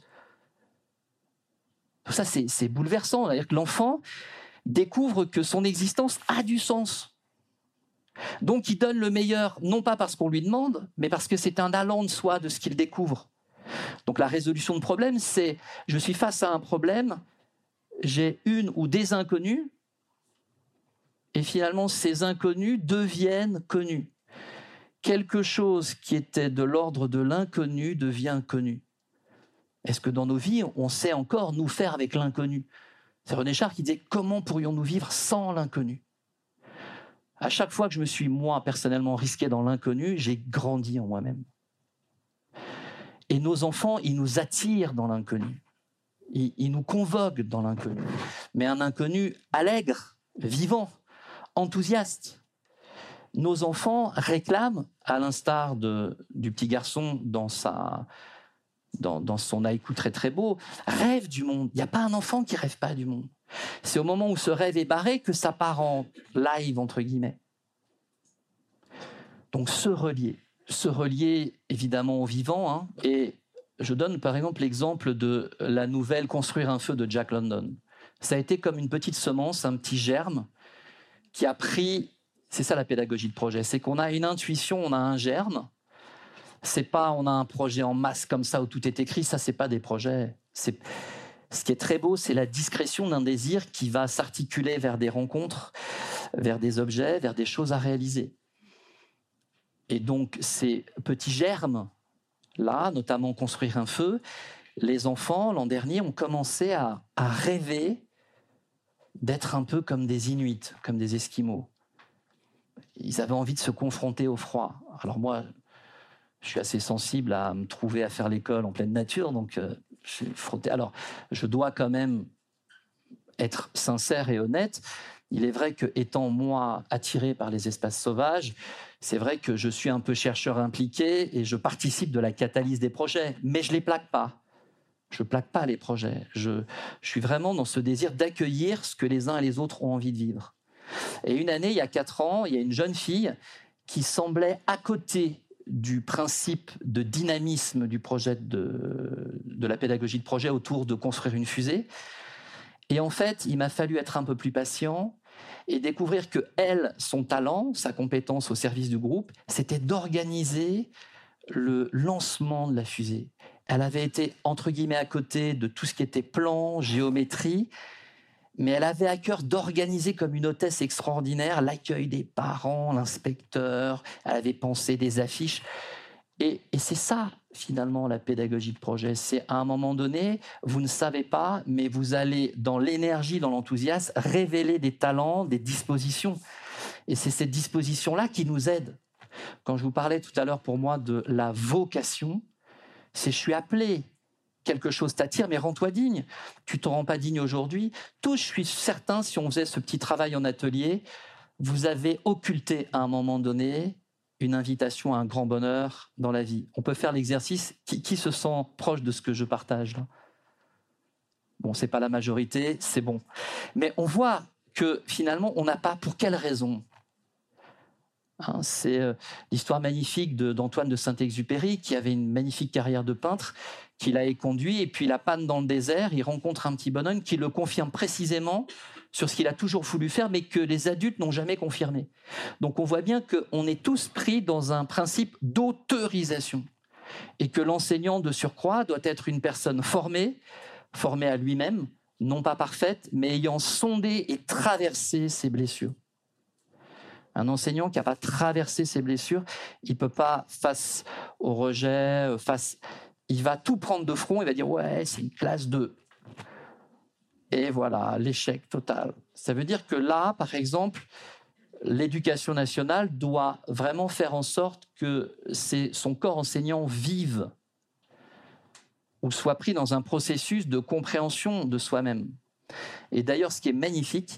Tout ça, c'est, c'est bouleversant. C'est-à-dire que l'enfant découvre que son existence a du sens. Donc, il donne le meilleur, non pas parce qu'on lui demande, mais parce que c'est un allant de soi de ce qu'il découvre. Donc, la résolution de problème, c'est je suis face à un problème, j'ai une ou des inconnus, et finalement, ces inconnus deviennent connus. Quelque chose qui était de l'ordre de l'inconnu devient connu. Est-ce que dans nos vies, on sait encore nous faire avec l'inconnu? C'est René Char qui disait « Comment pourrions-nous vivre sans l'inconnu ?» À chaque fois que je me suis, moi, personnellement risqué dans l'inconnu, j'ai grandi en moi-même. Et nos enfants, ils nous attirent dans l'inconnu. Ils, ils nous convoquent dans l'inconnu. Mais un inconnu allègre, vivant, enthousiaste. Nos enfants réclament, à l'instar de, du petit garçon dans sa, dans, dans son haïku très très beau, rêve du monde. Il n'y a pas un enfant qui rêve pas du monde. C'est au moment où ce rêve est barré que ça part en live, entre guillemets. Donc se relier, se relier évidemment au vivant. Hein, et je donne par exemple l'exemple de la nouvelle Construire un feu de Jack London. Ça a été comme une petite semence, un petit germe qui a pris... C'est ça la pédagogie de projet, c'est qu'on a une intuition, on a un germe. C'est pas on a un projet en masse comme ça où tout est écrit, ça c'est pas des projets. C'est... Ce qui est très beau, c'est la discrétion d'un désir qui va s'articuler vers des rencontres, vers des objets, vers des choses à réaliser. Et donc, ces petits germes, là, notamment construire un feu, les enfants, l'an dernier, ont commencé à, à rêver d'être un peu comme des Inuits, comme des Esquimaux. Ils avaient envie de se confronter au froid. Alors moi, je suis assez sensible à me trouver à faire l'école en pleine nature, donc euh, je suis frotté. Alors, je dois quand même être sincère et honnête. Il est vrai que, étant moi attiré par les espaces sauvages, c'est vrai que je suis un peu chercheur impliqué et je participe de la catalyse des projets, mais je les plaque pas. Je plaque pas les projets. Je, je suis vraiment dans ce désir d'accueillir ce que les uns et les autres ont envie de vivre. Et une année, il y a quatre ans, il y a une jeune fille qui semblait à côté du principe de dynamisme du projet de, de la pédagogie de projet autour de construire une fusée. Et en fait, il m'a fallu être un peu plus patient et découvrir que elle, son talent, sa compétence au service du groupe, c'était d'organiser le lancement de la fusée. Elle avait été, entre guillemets, à côté de tout ce qui était plan, géométrie, mais elle avait à cœur d'organiser comme une hôtesse extraordinaire l'accueil des parents, l'inspecteur, elle avait pensé des affiches. Et, et c'est ça, finalement, la pédagogie de projet. C'est à un moment donné, vous ne savez pas, mais vous allez, dans l'énergie, dans l'enthousiasme, révéler des talents, des dispositions. Et c'est cette disposition-là qui nous aide. Quand je vous parlais tout à l'heure, pour moi, de la vocation, c'est je suis appelé. Quelque chose t'attire, mais rends-toi digne. Tu t'en rends pas digne aujourd'hui. Tous, je suis certain, si on faisait ce petit travail en atelier, vous avez occulté à un moment donné une invitation à un grand bonheur dans la vie. On peut faire l'exercice. Qui, qui se sent proche de ce que je partage là ? Bon, c'est pas la majorité, c'est bon. Mais on voit que finalement, on n'a pas pour quelle raison. Hein, c'est euh, l'histoire magnifique de, d'Antoine de Saint-Exupéry, qui avait une magnifique carrière de peintre, qui l'a éconduit, et puis la panne dans le désert, il rencontre un petit bonhomme qui le confirme précisément sur ce qu'il a toujours voulu faire, mais que les adultes n'ont jamais confirmé. Donc on voit bien qu'on est tous pris dans un principe d'autorisation, et que l'enseignant de surcroît doit être une personne formée, formée à lui-même, non pas parfaite, mais ayant sondé et traversé ses blessures. Un enseignant qui n'a pas traversé ses blessures, il ne peut pas, face au rejet, face... il va tout prendre de front, il va dire « ouais, c'est une classe deux ». Et voilà, l'échec total. Ça veut dire que là, par exemple, l'éducation nationale doit vraiment faire en sorte que son corps enseignant vive ou soit pris dans un processus de compréhension de soi-même. Et d'ailleurs, ce qui est magnifique,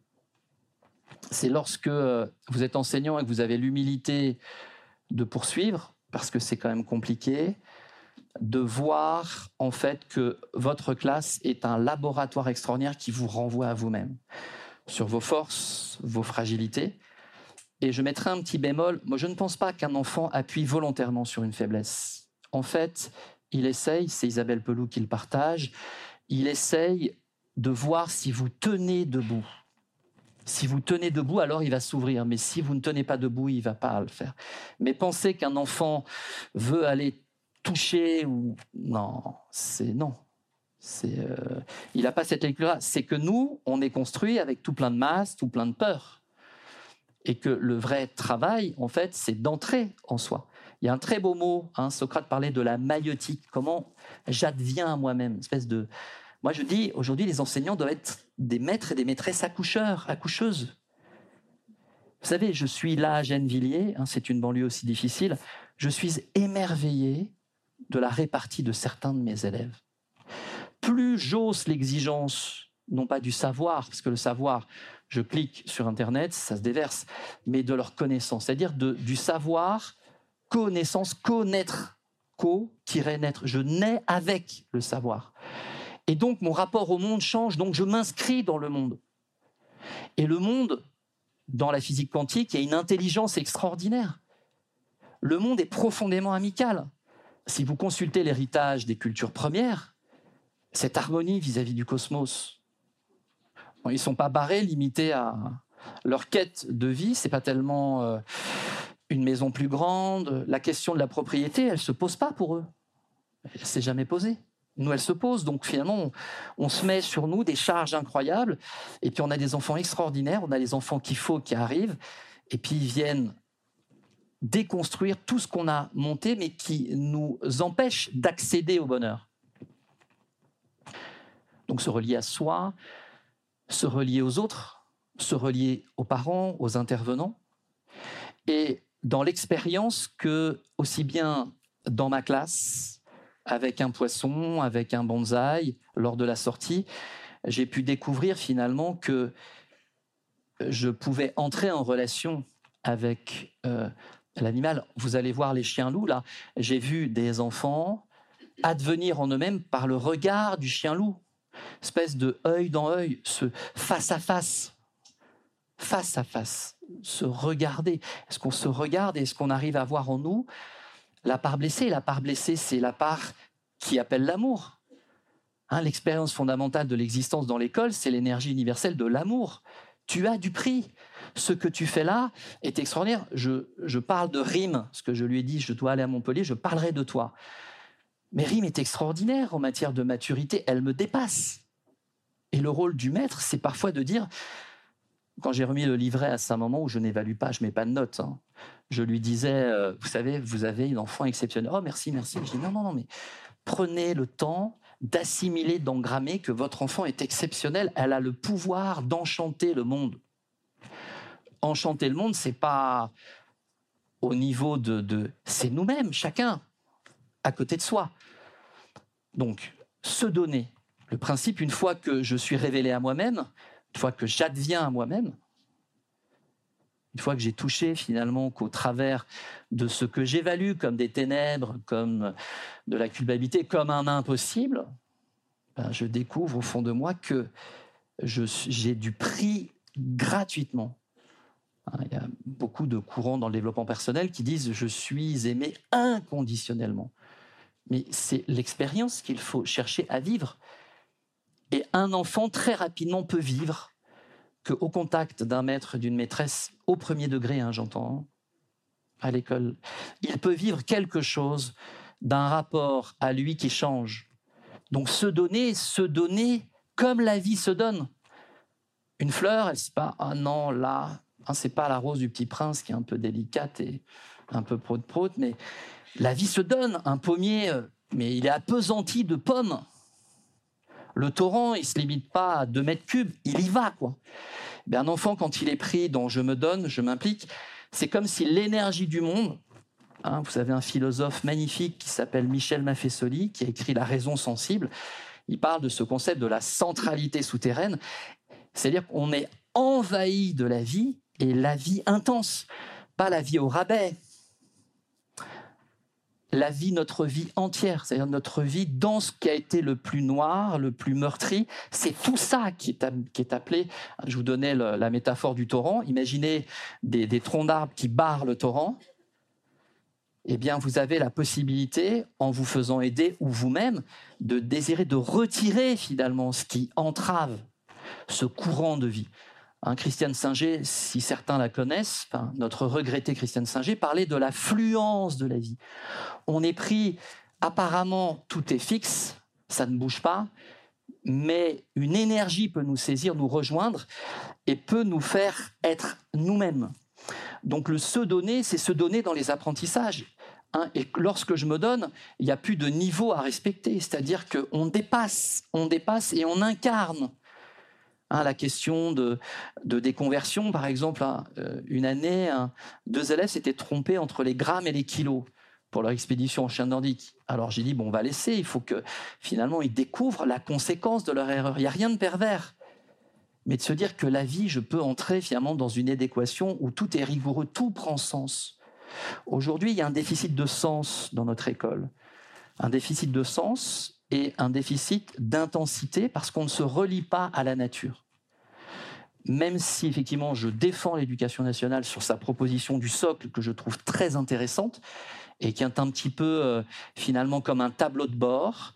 c'est lorsque vous êtes enseignant et que vous avez l'humilité de poursuivre, parce que c'est quand même compliqué, de voir en fait que votre classe est un laboratoire extraordinaire qui vous renvoie à vous-même, sur vos forces, vos fragilités. Et je mettrai un petit bémol, moi je ne pense pas qu'un enfant appuie volontairement sur une faiblesse. En fait, il essaye, c'est Isabelle Peloux qui le partage, il essaye de voir si vous tenez debout. Si vous tenez debout, alors il va s'ouvrir. Mais si vous ne tenez pas debout, il ne va pas le faire. Mais penser qu'un enfant veut aller toucher ou... Non, c'est non. C'est, euh... il n'a pas cette lecture-là. C'est que nous, on est construit avec tout plein de masse, tout plein de peur. Et que le vrai travail, en fait, c'est d'entrer en soi. Il y a un très beau mot, hein, Socrate parlait de la maïotique. Comment j'adviens à moi-même, une espèce de... Moi, je dis, aujourd'hui, les enseignants doivent être des maîtres et des maîtresses accoucheurs, accoucheuses. Vous savez, je suis là à Gennevilliers, hein, c'est une banlieue aussi difficile, je suis émerveillé de la répartie de certains de mes élèves. Plus j'ose l'exigence, non pas du savoir, parce que le savoir, je clique sur Internet, ça se déverse, mais de leur connaissance, c'est-à-dire de, du savoir, connaissance, connaître co-naître. Je nais avec le savoir. Et donc, mon rapport au monde change, donc je m'inscris dans le monde. Et le monde, dans la physique quantique, il y a une intelligence extraordinaire. Le monde est profondément amical. Si vous consultez l'héritage des cultures premières, cette harmonie vis-à-vis du cosmos, bon, ils ne sont pas barrés, limités à leur quête de vie. Ce n'est pas tellement euh, une maison plus grande. La question de la propriété, elle ne se pose pas pour eux. Elle ne s'est jamais posée. Nous, elle se pose. Donc finalement, on, on se met sur nous des charges incroyables. Et puis on a des enfants extraordinaires. On a les enfants qu'il faut, qui arrivent. Et puis ils viennent déconstruire tout ce qu'on a monté, mais qui nous empêche d'accéder au bonheur. Donc se relier à soi, se relier aux autres, se relier aux parents, aux intervenants. Et dans l'expérience que, aussi bien dans ma classe, avec un poisson, avec un bonsaï, lors de la sortie, j'ai pu découvrir finalement que je pouvais entrer en relation avec euh, l'animal. Vous allez voir les chiens-loups, là. J'ai vu des enfants advenir en eux-mêmes par le regard du chien-loup. Espèce de œil dans œil, ce face à face, face à face, se regarder. Est-ce qu'on se regarde et est-ce qu'on arrive à voir en nous la part blessée? La part blessée, c'est la part qui appelle l'amour. Hein, l'expérience fondamentale de l'existence dans l'école, c'est l'énergie universelle de l'amour. Tu as du prix. Ce que tu fais là est extraordinaire. Je, je parle de Rime, ce que je lui ai dit, je dois aller à Montpellier, je parlerai de toi. Mais Rime est extraordinaire en matière de maturité, elle me dépasse. Et le rôle du maître, c'est parfois de dire, quand j'ai remis le livret à un moment où je n'évalue pas, je ne mets pas de notes, hein, je lui disais, euh, vous savez, vous avez une enfant exceptionnelle. Oh, merci, merci. Je dis, non, non, non, mais prenez le temps d'assimiler, d'engrammer que votre enfant est exceptionnel. Elle a le pouvoir d'enchanter le monde. Enchanter le monde, c'est pas au niveau de... de c'est nous-mêmes, chacun, à côté de soi. Donc, se donner. Le principe, une fois que je suis révélé à moi-même, une fois que j'adviens à moi-même, une fois que j'ai touché finalement qu'au travers de ce que j'évalue comme des ténèbres, comme de la culpabilité, comme un impossible, ben je découvre au fond de moi que je, j'ai du prix gratuitement. Il y a beaucoup de courants dans le développement personnel qui disent « je suis aimé inconditionnellement ». Mais c'est l'expérience qu'il faut chercher à vivre. Et un enfant, très rapidement, peut vivre qu'au contact d'un maître, d'une maîtresse, au premier degré, hein, j'entends, à l'école, il peut vivre quelque chose d'un rapport à lui qui change. Donc se donner, se donner comme la vie se donne. Une fleur, elle ne se dit pas « ah non, là, hein, c'est pas la rose du petit prince qui est un peu délicate et un peu prout-prout, mais la vie se donne. Un pommier, mais il est appesanti de pommes. Le torrent, il ne se limite pas à deux mètres cubes, il y va, quoi. Ben, un enfant, quand il est pris dans « je me donne, je m'implique », c'est comme si l'énergie du monde, hein, vous avez un philosophe magnifique qui s'appelle Michel Maffesoli, qui a écrit « La raison sensible », il parle de ce concept de la centralité souterraine, c'est-à-dire qu'on est envahi de la vie, et la vie intense, pas la vie au rabais, la vie, notre vie entière, c'est-à-dire notre vie dans ce qui a été le plus noir, le plus meurtri, c'est tout ça qui est, qui est appelé, je vous donnais le, la métaphore du torrent, imaginez des, des troncs d'arbres qui barrent le torrent, eh bien vous avez la possibilité, en vous faisant aider, ou vous-même, de désirer de retirer finalement ce qui entrave ce courant de vie. Hein, Christiane Singer, si certains la connaissent, enfin, notre regrettée Christiane Singer, parlait de la fluence de la vie. On est pris, apparemment, tout est fixe, ça ne bouge pas, mais une énergie peut nous saisir, nous rejoindre et peut nous faire être nous-mêmes. Donc le se donner, c'est se donner dans les apprentissages. Hein, et lorsque je me donne, il n'y a plus de niveau à respecter, c'est-à-dire qu'on dépasse, on dépasse et on incarne. Hein, la question de, de déconversion, par exemple, hein, une année, hein, deux élèves s'étaient trompés entre les grammes et les kilos pour leur expédition en chien nordique. Alors j'ai dit, bon, on va laisser, il faut que finalement ils découvrent la conséquence de leur erreur. Il n'y a rien de pervers. Mais de se dire que la vie, je peux entrer finalement dans une adéquation où tout est rigoureux, tout prend sens. Aujourd'hui, il y a un déficit de sens dans notre école. un déficit de sens et un déficit d'intensité parce qu'on ne se relie pas à la nature. Même si effectivement je défends l'éducation nationale sur sa proposition du socle que je trouve très intéressante et qui est un petit peu euh, finalement comme un tableau de bord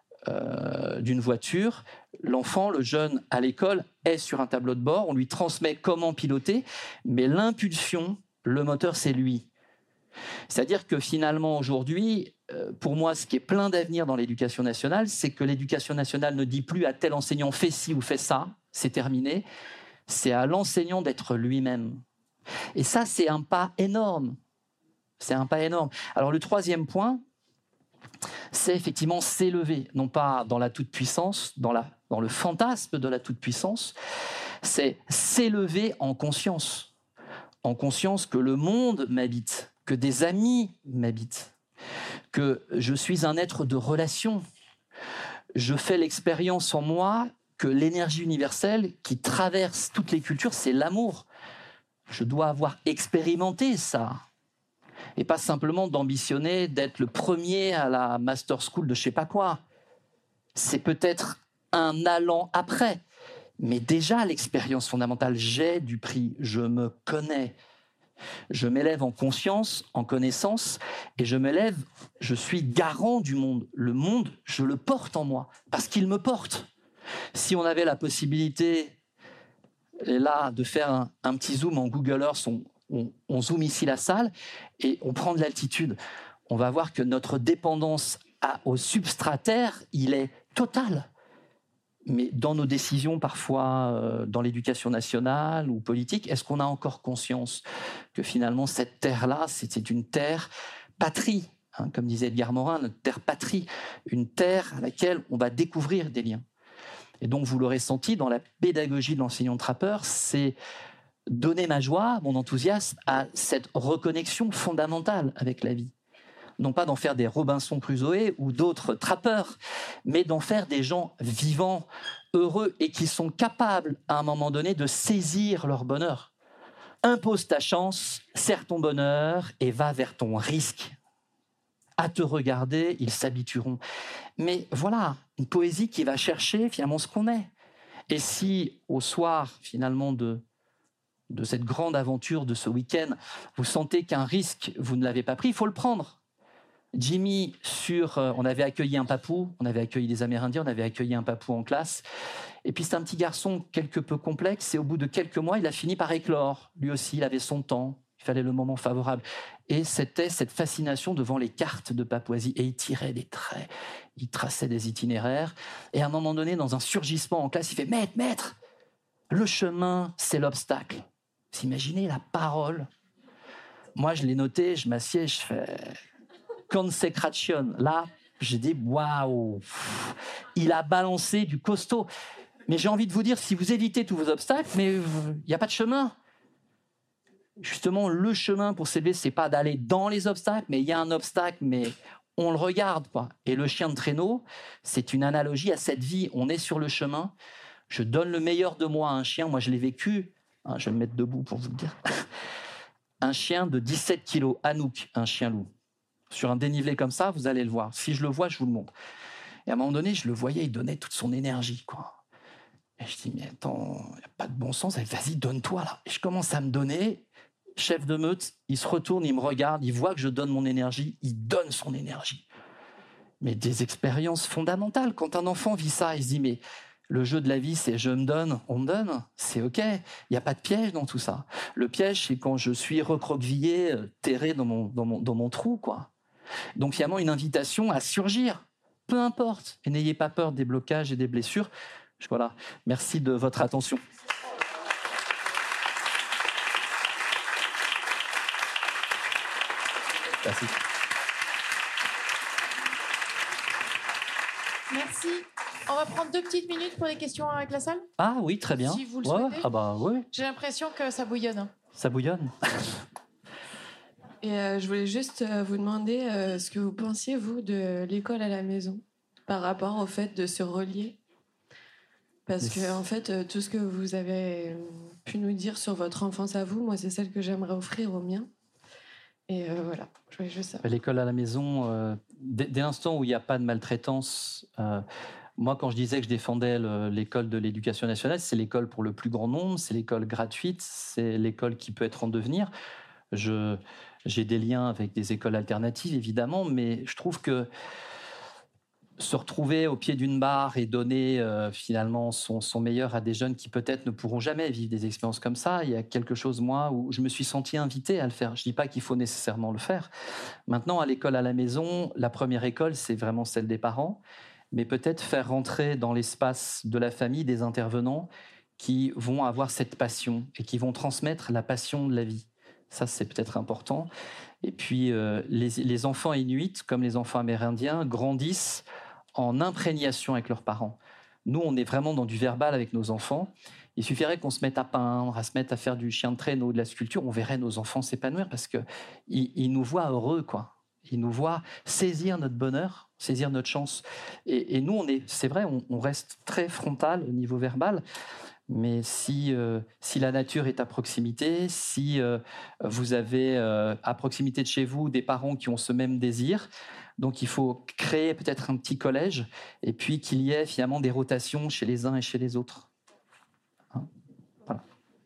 euh, d'une voiture, l'enfant, le jeune à l'école est sur un tableau de bord, on lui transmet comment piloter, mais l'impulsion, le moteur, c'est lui. C'est-à-dire que finalement aujourd'hui, euh, pour moi, ce qui est plein d'avenir dans l'éducation nationale, c'est que l'éducation nationale ne dit plus à tel enseignant fais ci ou fais ça, c'est terminé. C'est à l'enseignant d'être lui-même. Et ça, c'est un pas énorme. C'est un pas énorme. Alors le troisième point, c'est effectivement s'élever, non pas dans la toute-puissance, dans, la, dans le fantasme de la toute-puissance, c'est s'élever en conscience. En conscience que le monde m'habite, que des amis m'habitent, que je suis un être de relation. Je fais l'expérience en moi que l'énergie universelle qui traverse toutes les cultures, c'est l'amour. Je dois avoir expérimenté ça. Et pas simplement d'ambitionner d'être le premier à la master school de je sais pas quoi. C'est peut-être un allant après. Mais déjà, l'expérience fondamentale, j'ai du prix, je me connais. Je m'élève en conscience, en connaissance, et je m'élève, je suis garant du monde. Le monde, je le porte en moi, parce qu'il me porte. Si on avait la possibilité, et là, de faire un, un petit zoom en Google Earth, on, on, on zoome ici la salle et on prend de l'altitude, on va voir que notre dépendance à, au substrat terre, il est total. Mais dans nos décisions, parfois euh, dans l'éducation nationale ou politique, est-ce qu'on a encore conscience que finalement cette terre-là, c'était une terre patrie, hein, comme disait Edgar Morin, notre terre patrie, une terre à laquelle on va découvrir des liens. Et donc, vous l'aurez senti, dans la pédagogie de l'enseignant trappeur, c'est donner ma joie, mon enthousiasme à cette reconnexion fondamentale avec la vie. Non pas d'en faire des Robinson Crusoe ou d'autres trappeurs, mais d'en faire des gens vivants, heureux et qui sont capables, à un moment donné, de saisir leur bonheur. Impose ta chance, serre ton bonheur et va vers ton risque. À te regarder, ils s'habitueront. Mais voilà, une poésie qui va chercher finalement ce qu'on est. Et si, au soir, finalement, de, de cette grande aventure de ce week-end, vous sentez qu'un risque, vous ne l'avez pas pris, il faut le prendre. Jimmy, sur, euh, on avait accueilli un papou, on avait accueilli des Amérindiens, on avait accueilli un papou en classe. Et puis c'est un petit garçon quelque peu complexe, et au bout de quelques mois, il a fini par éclore. Lui aussi, il avait son temps. Il fallait le moment favorable. Et c'était cette fascination devant les cartes de Papouasie. Et il tirait des traits, il traçait des itinéraires. Et à un moment donné, dans un surgissement en classe, il fait « Maître, maître, le chemin, c'est l'obstacle. » Vous imaginez la parole? Moi, je l'ai noté, je m'assieds, je fais « Consecration ». Là, j'ai dit « Waouh !» Il a balancé du costaud. Mais j'ai envie de vous dire, si vous évitez tous vos obstacles, mais il n'y a pas de chemin. Justement, le chemin pour s'élever, c'est pas d'aller dans les obstacles, mais il y a un obstacle, mais on le regarde, quoi. Et le chien de traîneau, c'est une analogie à cette vie. On est sur le chemin. Je donne le meilleur de moi à un chien. Moi, je l'ai vécu. Hein, je vais me mettre debout pour vous le dire. Un chien de dix-sept kilos, Anouk, un chien loup. Sur un dénivelé comme ça, vous allez le voir. Si je le vois, je vous le montre. Et à un moment donné, je le voyais, il donnait toute son énergie, quoi. Et je dis, mais attends, il n'y a pas de bon sens. Vas-y, donne-toi, là. Et je commence à me donner. Chef de meute, il se retourne, il me regarde, il voit que je donne mon énergie, il donne son énergie. Mais des expériences fondamentales. Quand un enfant vit ça, il se dit, mais le jeu de la vie, c'est je me donne, on me donne, c'est OK. Il n'y a pas de piège dans tout ça. Le piège, c'est quand je suis recroquevillé, terré dans mon, dans mon, dans mon trou, quoi. Donc finalement, une invitation à surgir, peu importe. Et n'ayez pas peur des blocages et des blessures. Voilà. Merci de votre attention. Merci. Merci. On va prendre deux petites minutes pour les questions avec la salle. Ah oui, très bien. Si vous le ouais, souhaitez. Ah bah oui. J'ai l'impression que ça bouillonne. Ça bouillonne. Et euh, je voulais juste euh, vous demander euh, ce que vous pensiez, vous, de l'école à la maison, par rapport au fait de se relier. Parce que, en fait, euh, tout ce que vous avez pu nous dire sur votre enfance à vous, moi, c'est celle que j'aimerais offrir au mien. Et euh, voilà, je voulais juste ça. L'école à la maison, euh, dès, dès l'instant où il n'y a pas de maltraitance, euh, moi quand je disais que je défendais le, l'école de l'éducation nationale, c'est l'école pour le plus grand nombre, c'est l'école gratuite, c'est l'école qui peut être en devenir. Je, j'ai des liens avec des écoles alternatives, évidemment, mais je trouve que se retrouver au pied d'une barre et donner euh, finalement son, son meilleur à des jeunes qui peut-être ne pourront jamais vivre des expériences comme ça, il y a quelque chose, moi, où je me suis senti invité à le faire. Je ne dis pas qu'il faut nécessairement le faire. Maintenant, à l'école à la maison, la première école, c'est vraiment celle des parents, mais peut-être faire rentrer dans l'espace de la famille des intervenants qui vont avoir cette passion et qui vont transmettre la passion de la vie. Ça, c'est peut-être important. Et puis, euh, les, les enfants inuits, comme les enfants amérindiens, grandissent en imprégnation avec leurs parents. Nous, on est vraiment dans du verbal avec nos enfants. Il suffirait qu'on se mette à peindre, à se mettre à faire du chien de traîneau, de la sculpture. On verrait nos enfants s'épanouir parce qu'ils ils nous voient heureux, quoi. Ils nous voient saisir notre bonheur, saisir notre chance. Et, et nous, on est, c'est vrai, on, on reste très frontal au niveau verbal. Mais si, euh, si la nature est à proximité, si euh, vous avez euh, à proximité de chez vous des parents qui ont ce même désir, donc il faut créer peut-être un petit collège et puis qu'il y ait finalement des rotations chez les uns et chez les autres. Hein, voilà.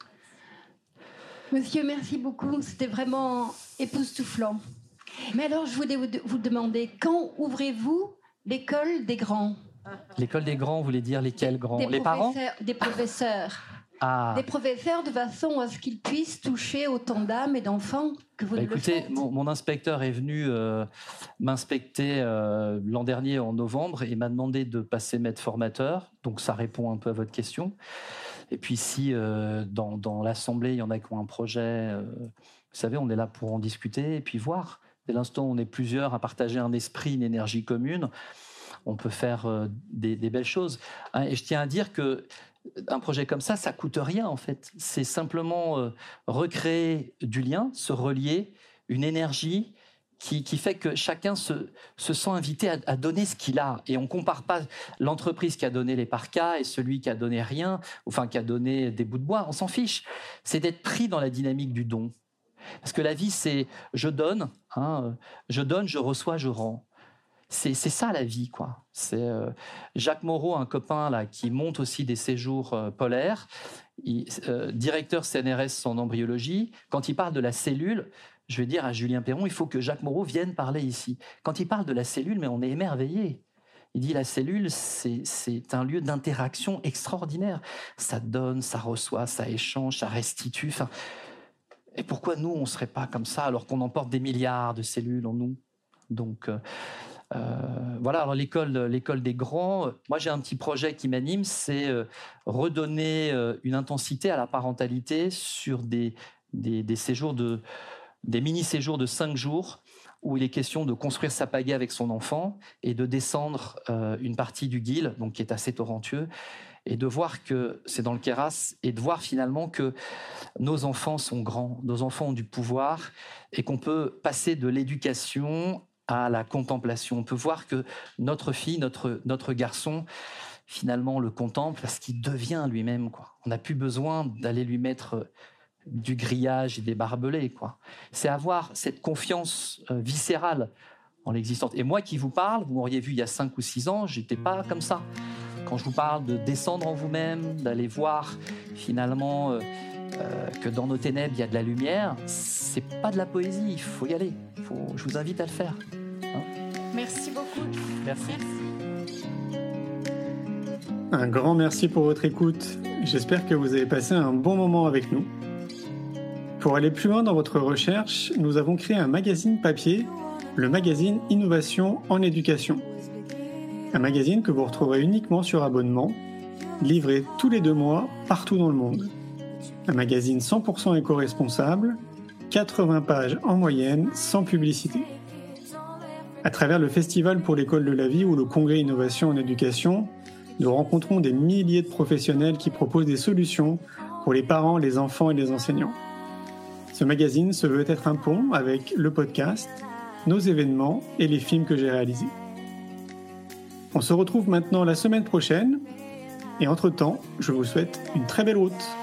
Monsieur, merci beaucoup. C'était vraiment époustouflant. Mais alors, je voulais vous demander, quand ouvrez-vous l'école des grands ? L'école des grands, vous voulez dire lesquels grands ? Des Les parents ? Des professeurs. Ah. Des professeurs de façon à ce qu'ils puissent toucher autant d'âmes et d'enfants que vous bah ne écoutez, le faites. Mon, mon inspecteur est venu euh, m'inspecter euh, l'an dernier en novembre et m'a demandé de passer maître formateur. Donc ça répond un peu à votre question. Et puis si euh, dans, dans l'Assemblée, il y en a qui ont un projet, euh, vous savez, on est là pour en discuter et puis voir. Dès l'instant où on est plusieurs à partager un esprit, une énergie commune, on peut faire euh, des, des belles choses. Hein, et je tiens à dire que un projet comme ça, ça coûte rien en fait. C'est simplement euh, recréer du lien, se relier, une énergie qui, qui fait que chacun se, se sent invité à, à donner ce qu'il a. Et on ne compare pas l'entreprise qui a donné les parkas et celui qui a donné rien, enfin qui a donné des bouts de bois. On s'en fiche. C'est d'être pris dans la dynamique du don. Parce que la vie, c'est je donne, hein, je donne, je reçois, je rends. C'est, c'est ça la vie, quoi. C'est euh, Jacques Moreau, un copain là, qui monte aussi des séjours euh, polaires, il, euh, directeur C N R S en embryologie. Quand il parle de la cellule, je vais dire à Julien Perron, il faut que Jacques Moreau vienne parler ici. Quand il parle de la cellule, mais on est émerveillé. Il dit la cellule, c'est, c'est un lieu d'interaction extraordinaire. Ça donne, ça reçoit, ça échange, ça restitue. Enfin, et pourquoi nous, on ne serait pas comme ça alors qu'on emporte des milliards de cellules en nous ? Donc, euh, euh, voilà, alors l'école, l'école des grands, euh, moi j'ai un petit projet qui m'anime, c'est euh, redonner euh, une intensité à la parentalité sur des, des, des séjours de, des mini-séjours de cinq jours où il est question de construire sa pagaie avec son enfant et de descendre euh, une partie du Guil, donc qui est assez torrentueux, et de voir que c'est dans le Queyras, et de voir finalement que nos enfants sont grands, nos enfants ont du pouvoir, et qu'on peut passer de l'éducation à la contemplation. On peut voir que notre fille, notre, notre garçon, finalement, le contemple parce qu'il devient lui-même, quoi. On n'a plus besoin d'aller lui mettre du grillage et des barbelés, quoi. C'est avoir cette confiance euh, viscérale en l'existence. Et moi qui vous parle, vous m'auriez vu il y a cinq ou six ans, j'étais pas comme ça. Quand je vous parle de descendre en vous-même, d'aller voir finalement euh, euh, que dans nos ténèbres il y a de la lumière, c'est pas de la poésie, il faut y aller. Faut, je vous invite à le faire. Hein ? Merci beaucoup. Merci. Merci. Un grand merci pour votre écoute. J'espère que vous avez passé un bon moment avec nous. Pour aller plus loin dans votre recherche, nous avons créé un magazine papier, le magazine Innovation en éducation. Un magazine que vous retrouverez uniquement sur abonnement, livré tous les deux mois partout dans le monde. Un magazine cent pour cent éco-responsable, quatre-vingts pages en moyenne, sans publicité. À travers le Festival pour l'école de la vie ou le Congrès Innovation en éducation, nous rencontrons des milliers de professionnels qui proposent des solutions pour les parents, les enfants et les enseignants. Ce magazine se veut être un pont avec le podcast, nos événements et les films que j'ai réalisés. On se retrouve maintenant la semaine prochaine et entre-temps, je vous souhaite une très belle route.